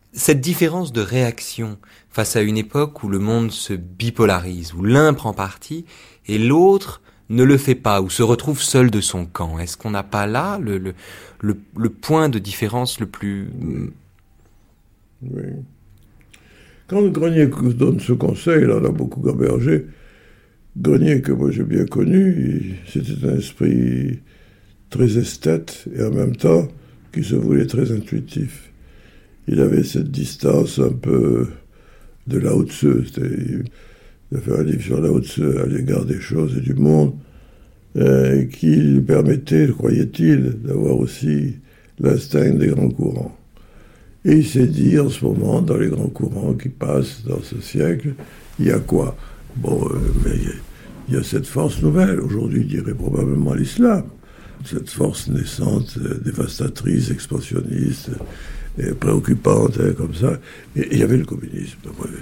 Cette différence de réaction face à une époque où le monde se bipolarise, où l'un prend parti et l'autre ne le fait pas, ou se retrouve seul de son camp. Est-ce qu'on n'a pas là le, le, le, le point de différence le plus... Oui. Quand Grenier donne ce conseil, là, on a beaucoup gambergé. Grenier, que moi j'ai bien connu, c'était un esprit très esthète et en même temps qui se voulait très intuitif. Il avait cette distance un peu de Lao Tzu, c'était de faire un livre sur Lao Tzu à l'égard des choses et du monde, euh, qui lui permettait, croyait-il, d'avoir aussi l'instinct des grands courants. Et il s'est dit, en ce moment, dans les grands courants qui passent dans ce siècle, il y a quoi? Bon, euh, mais il y a cette force nouvelle. Aujourd'hui, il dirait probablement l'islam. Cette force naissante, euh, dévastatrice, expansionniste, et préoccupante, hein, comme ça. Et il y avait le communisme.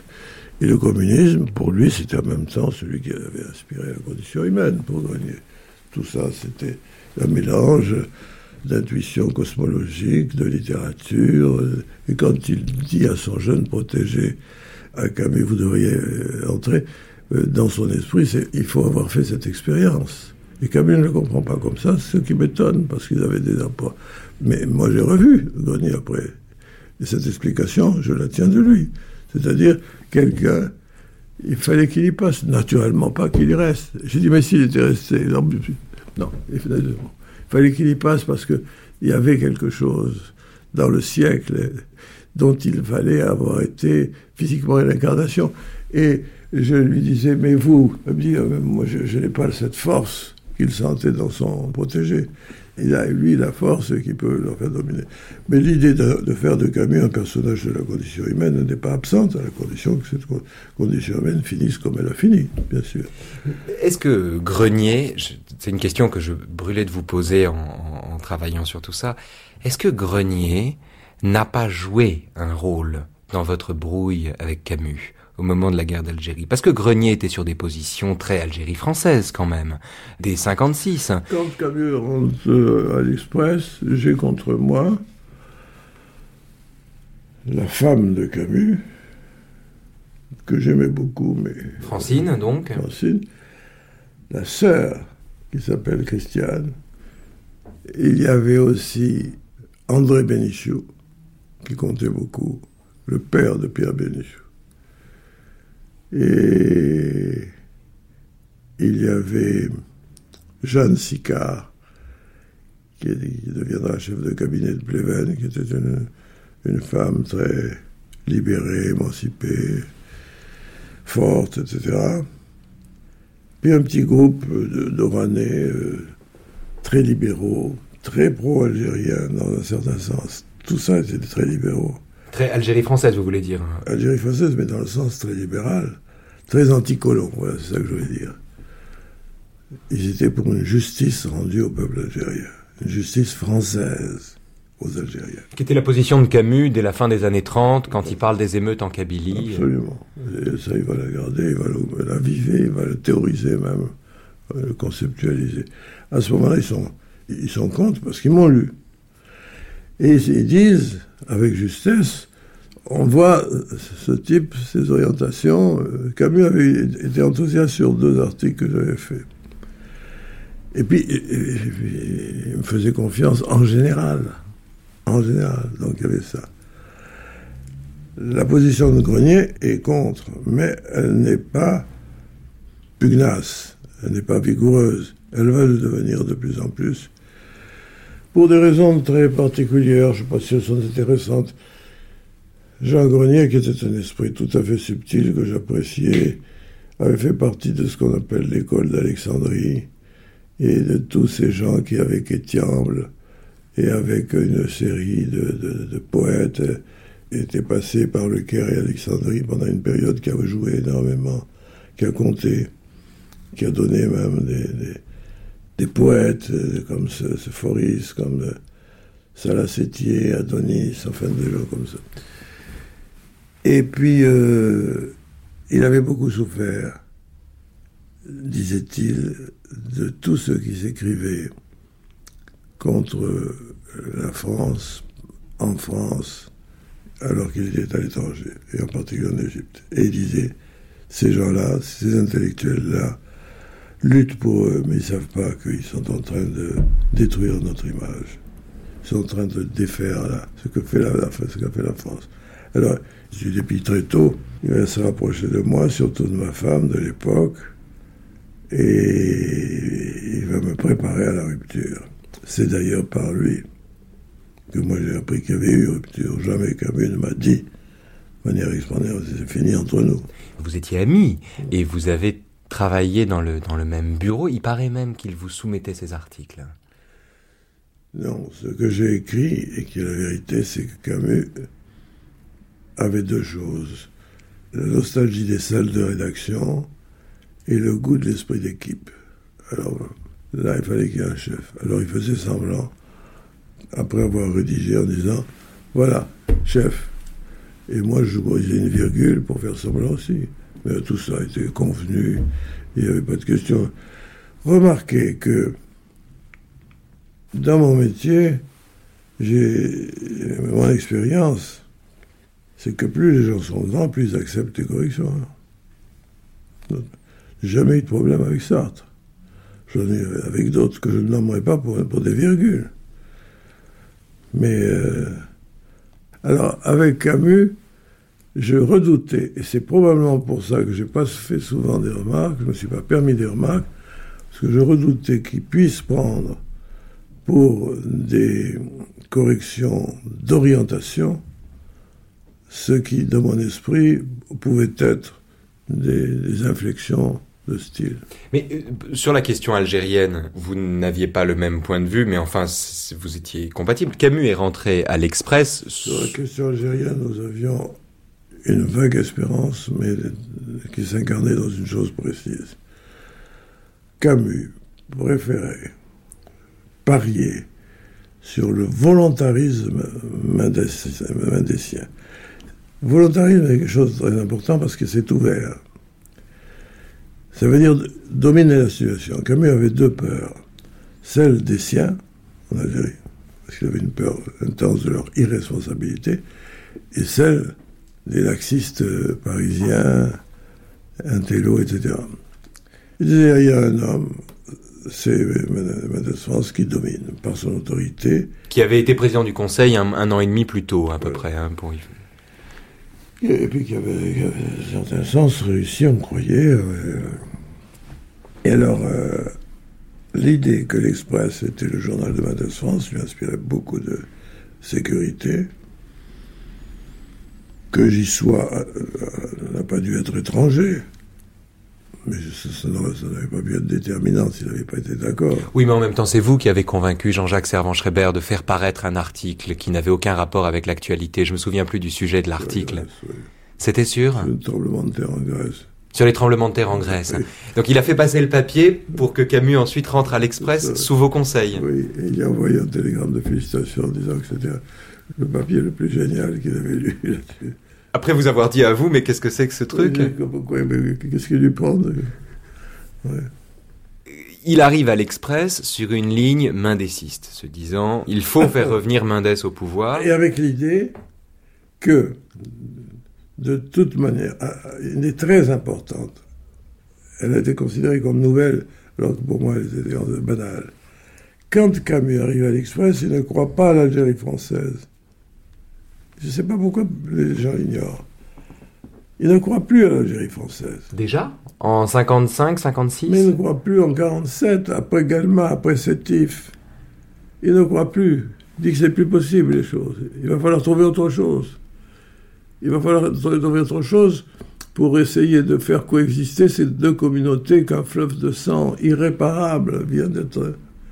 Et le communisme, pour lui, c'était en même temps celui qui avait inspiré la condition humaine pour Grenier. Tout ça, c'était un mélange d'intuition cosmologique, de littérature. Et quand il dit à son jeune protégé, à Camus, vous devriez entrer, dans son esprit, c'est il faut avoir fait cette expérience. Et Camus ne le comprend pas comme ça, c'est ce qui m'étonne, parce qu'ils avaient des apports. Mais moi, j'ai revu Grenier après. Et cette explication, je la tiens de lui. C'est-à-dire, quelqu'un, il fallait qu'il y passe. Naturellement pas qu'il y reste. J'ai dit, mais s'il était resté... Non, non il fallait qu'il y passe parce qu'il y avait quelque chose dans le siècle dont il fallait avoir été physiquement une incarnation. Et je lui disais, mais vous, il me dit, moi, je, je n'ai pas cette force qu'il sentait dans son protégé. Il a, lui, la force qui peut le faire dominer. Mais l'idée de, de faire de Camus un personnage de la condition humaine n'est pas absente, à la condition que cette condition humaine finisse comme elle a fini, bien sûr. Est-ce que Grenier, je, c'est une question que je brûlais de vous poser en, en, en travaillant sur tout ça, est-ce que Grenier n'a pas joué un rôle dans votre brouille avec Camus au moment de la guerre d'Algérie? Parce que Grenier était sur des positions très Algérie française, quand même, dès cinquante-six. Quand Camus rentre à l'Express, j'ai contre moi la femme de Camus, que j'aimais beaucoup, mais... Francine, donc. Francine. La sœur, qui s'appelle Christiane. Il y avait aussi André Bénichou, qui comptait beaucoup, le père de Pierre Bénichou. Et il y avait Jeanne Sicard, qui, qui deviendra chef de cabinet de Pleven, qui était une, une femme très libérée, émancipée, forte, et cetera. Puis un petit groupe de, d'Oranais euh, très libéraux, très pro-algériens dans un certain sens. Tout ça était très libéraux. Très Algérie française, vous voulez dire? Algérie française, mais dans le sens très libéral, très anticolon, voilà, c'est ça que je voulais dire. Ils étaient pour une justice rendue au peuple algérien, une justice française aux Algériens. Qui était la position de Camus dès la fin des années trente, quand il parle des émeutes en Kabylie? Absolument. Et ça, il va la garder, il va la viver, il va le théoriser même, le conceptualiser. À ce moment-là, ils sont, ils sont contre parce qu'ils m'ont lu. Et ils disent, avec justesse, on voit ce type, ces orientations. Camus avait été enthousiaste sur deux articles que j'avais faits. Et puis, et, et, et, il me faisait confiance en général. En général, donc il y avait ça. La position de Grenier est contre, mais elle n'est pas pugnace, elle n'est pas vigoureuse. Elle va le devenir de plus en plus. Pour des raisons très particulières, je ne sais pas si elles sont intéressantes. Jean Grenier, qui était un esprit tout à fait subtil que j'appréciais, avait fait partie de ce qu'on appelle l'école d'Alexandrie, et de tous ces gens qui, avec Étiamble, et avec une série de, de, de poètes, étaient passés par le Caire et Alexandrie pendant une période qui a joué énormément, qui a compté, qui a donné même des... des des poètes comme ce, ce Foris, comme euh, Salacetier, Adonis, enfin des gens comme ça. Et puis, euh, il avait beaucoup souffert, disait-il, de tous ceux qui s'écrivaient contre la France, en France alors qu'il était à l'étranger, et en particulier en Égypte. Et il disait, ces gens-là, ces intellectuels-là, luttent pour eux, mais ils ne savent pas qu'ils sont en train de détruire notre image. Ils sont en train de défaire là, ce que fait la, la, ce qu'a fait la France. Alors, depuis très tôt, il va se rapprocher de moi, surtout de ma femme de l'époque, et il va me préparer à la rupture. C'est d'ailleurs par lui que moi j'ai appris qu'il y avait eu rupture. Jamais Camus ne m'a dit, de manière extraordinaire, c'est fini entre nous. Vous étiez amis, et vous avez travaillé dans le, dans le même bureau. Il paraît même qu'il vous soumettait ces articles. Non, ce que j'ai écrit, et qui est la vérité, c'est que Camus avait deux choses. La nostalgie des salles de rédaction et le goût de l'esprit d'équipe. Alors là, il fallait qu'il y ait un chef. Alors il faisait semblant, après avoir rédigé, en disant « Voilà, chef ». Et moi, je brisais une virgule pour faire semblant aussi. Mais tout ça était convenu, il n'y avait pas de question. Remarquez que dans mon métier, j'ai mon expérience, c'est que plus les gens sont grands, plus ils acceptent les corrections. J'ai jamais eu de problème avec Sartre. J'en ai avec d'autres que je ne nommerai pas pour, pour des virgules. Mais euh, alors, avec Camus, je redoutais, et c'est probablement pour ça que je n'ai pas fait souvent des remarques, je ne me suis pas permis des remarques, parce que je redoutais qu'il puisse prendre pour des corrections d'orientation ce qui, dans mon esprit, pouvait être des, des inflexions de style. Mais euh, sur la question algérienne, vous n'aviez pas le même point de vue, mais enfin, vous étiez compatibles. Camus est rentré à l'Express. Sur la question algérienne, nous avions une vague espérance, mais qui s'incarnait dans une chose précise. Camus préférait parier sur le volontarisme mendésien. Volontarisme est quelque chose de très important parce que c'est ouvert. Ça veut dire dominer la situation. Camus avait deux peurs. Celle des siens, en Algérie, parce qu'il avait une peur intense de leur irresponsabilité, et celle des laxistes parisiens, intello, et cetera. Il disait, il y a un homme, c'est Mendès France qui domine par son autorité. Qui avait été président du Conseil un, un an et demi plus tôt, à peu ouais. près. Hein, pour... Et puis qui avait, qui avait, dans un certain sens, réussi, on croyait. Euh... Et alors, euh, l'idée que l'Express était le journal de Mendès France lui inspirait beaucoup de sécurité. Que j'y sois euh, n'a pas dû être étranger. Mais ça, ça, ça n'avait pas pu être déterminant s'il n'avait pas été d'accord. Oui, mais en même temps, c'est vous qui avez convaincu Jean-Jacques Servan-Schreiber de faire paraître un article qui n'avait aucun rapport avec l'actualité. Je me souviens plus du sujet de l'article. Grèce, oui. C'était sûr ? Sur le tremblement de terre en Grèce. Sur les tremblements de terre en Grèce. Oui. Donc il a fait passer le papier pour que Camus ensuite rentre à l'Express sous vos conseils. Oui, et il a envoyé un télégramme de félicitations en disant que c'était le papier le plus génial qu'il avait lu là-dessus. Après vous avoir dit à vous, mais qu'est-ce que c'est que ce truc ? Pourquoi, mais qu'est-ce qu'il lui prend de... ouais. Il arrive à l'Express sur une ligne mendésiste, se disant il faut faire revenir Mendès au pouvoir. Et avec l'idée que, de toute manière, une idée très importante, elle a été considérée comme nouvelle, alors que pour moi elle était banale. Quand Camus arrive à l'Express, il ne croit pas à l'Algérie française. Je ne sais pas pourquoi les gens l'ignorent. Il ne croit plus à l'Algérie française. Déjà ? En cinquante-cinq, cinquante-six ? Mais il ne croit plus en quarante-sept, après Galma, après Sétif. Il ne croit plus. Il dit que c'est plus possible, les choses. Il va falloir trouver autre chose. Il va falloir trouver autre chose pour essayer de faire coexister ces deux communautés qu'un fleuve de sang irréparable vient d'être...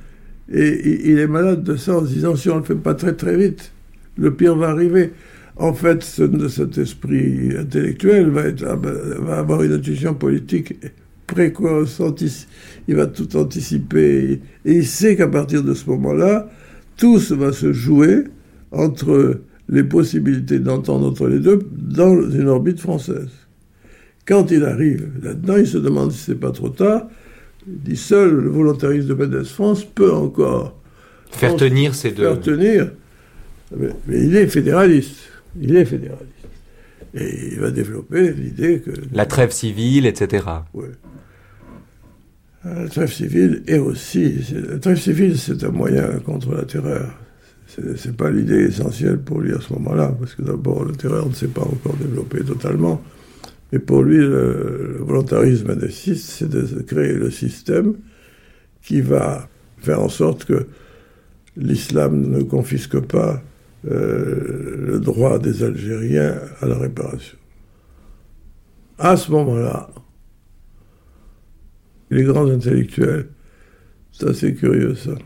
Et il est malade de ça en se disant, si on ne le fait pas très très vite, le pire va arriver. En fait, ce, cet esprit intellectuel va, être, va avoir une intuition politique précoce, antici- il va tout anticiper, et il sait qu'à partir de ce moment-là, tout va se jouer entre les possibilités d'entendre entre les deux dans une orbite française. Quand il arrive là-dedans, il se demande si c'est pas trop tard. Il dit seul le volontarisme de Mendès France peut encore faire tenir ces deux. Faire tenir. Mais, mais il est fédéraliste. Il est fédéraliste. Et il va développer l'idée que... La trêve civile, et cetera. Oui. La trêve civile est aussi... La trêve civile, c'est un moyen contre la terreur. C'est, c'est pas l'idée essentielle pour lui à ce moment-là, parce que d'abord, la terreur ne s'est pas encore développée totalement. Mais pour lui, le, le volontarisme indéciste, c'est de créer le système qui va faire en sorte que l'islam ne confisque pas euh, le droit des Algériens à la réparation. À ce moment-là, les grands intellectuels, c'est assez curieux ça.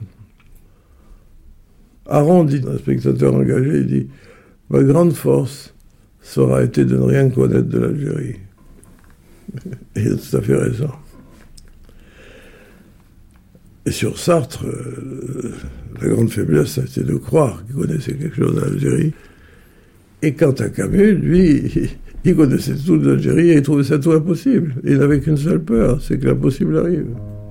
Aron dit, un spectateur engagé, il dit « Ma grande force, ça aura été de ne rien connaître de l'Algérie. » Et il a tout à fait raison. Et sur Sartre, euh, la grande faiblesse, ça a été de croire qu'il connaissait quelque chose d'Algérie. Et quant à Camus, lui, il connaissait tout de l'Algérie et il trouvait ça tout impossible. Et il n'avait qu'une seule peur, c'est que l'impossible arrive.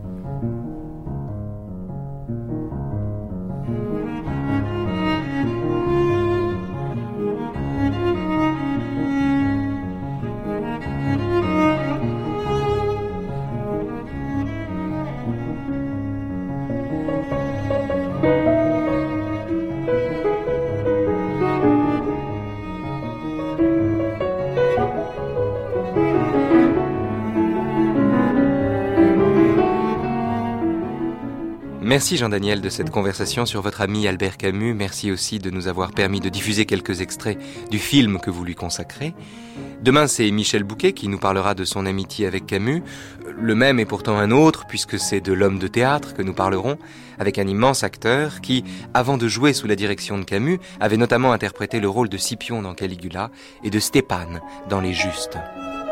Merci Jean-Daniel de cette conversation sur votre ami Albert Camus. Merci aussi de nous avoir permis de diffuser quelques extraits du film que vous lui consacrez. Demain, c'est Michel Bouquet qui nous parlera de son amitié avec Camus. Le même est pourtant un autre, puisque c'est de l'homme de théâtre que nous parlerons, avec un immense acteur qui, avant de jouer sous la direction de Camus, avait notamment interprété le rôle de Scipion dans Caligula et de Stéphane dans Les Justes.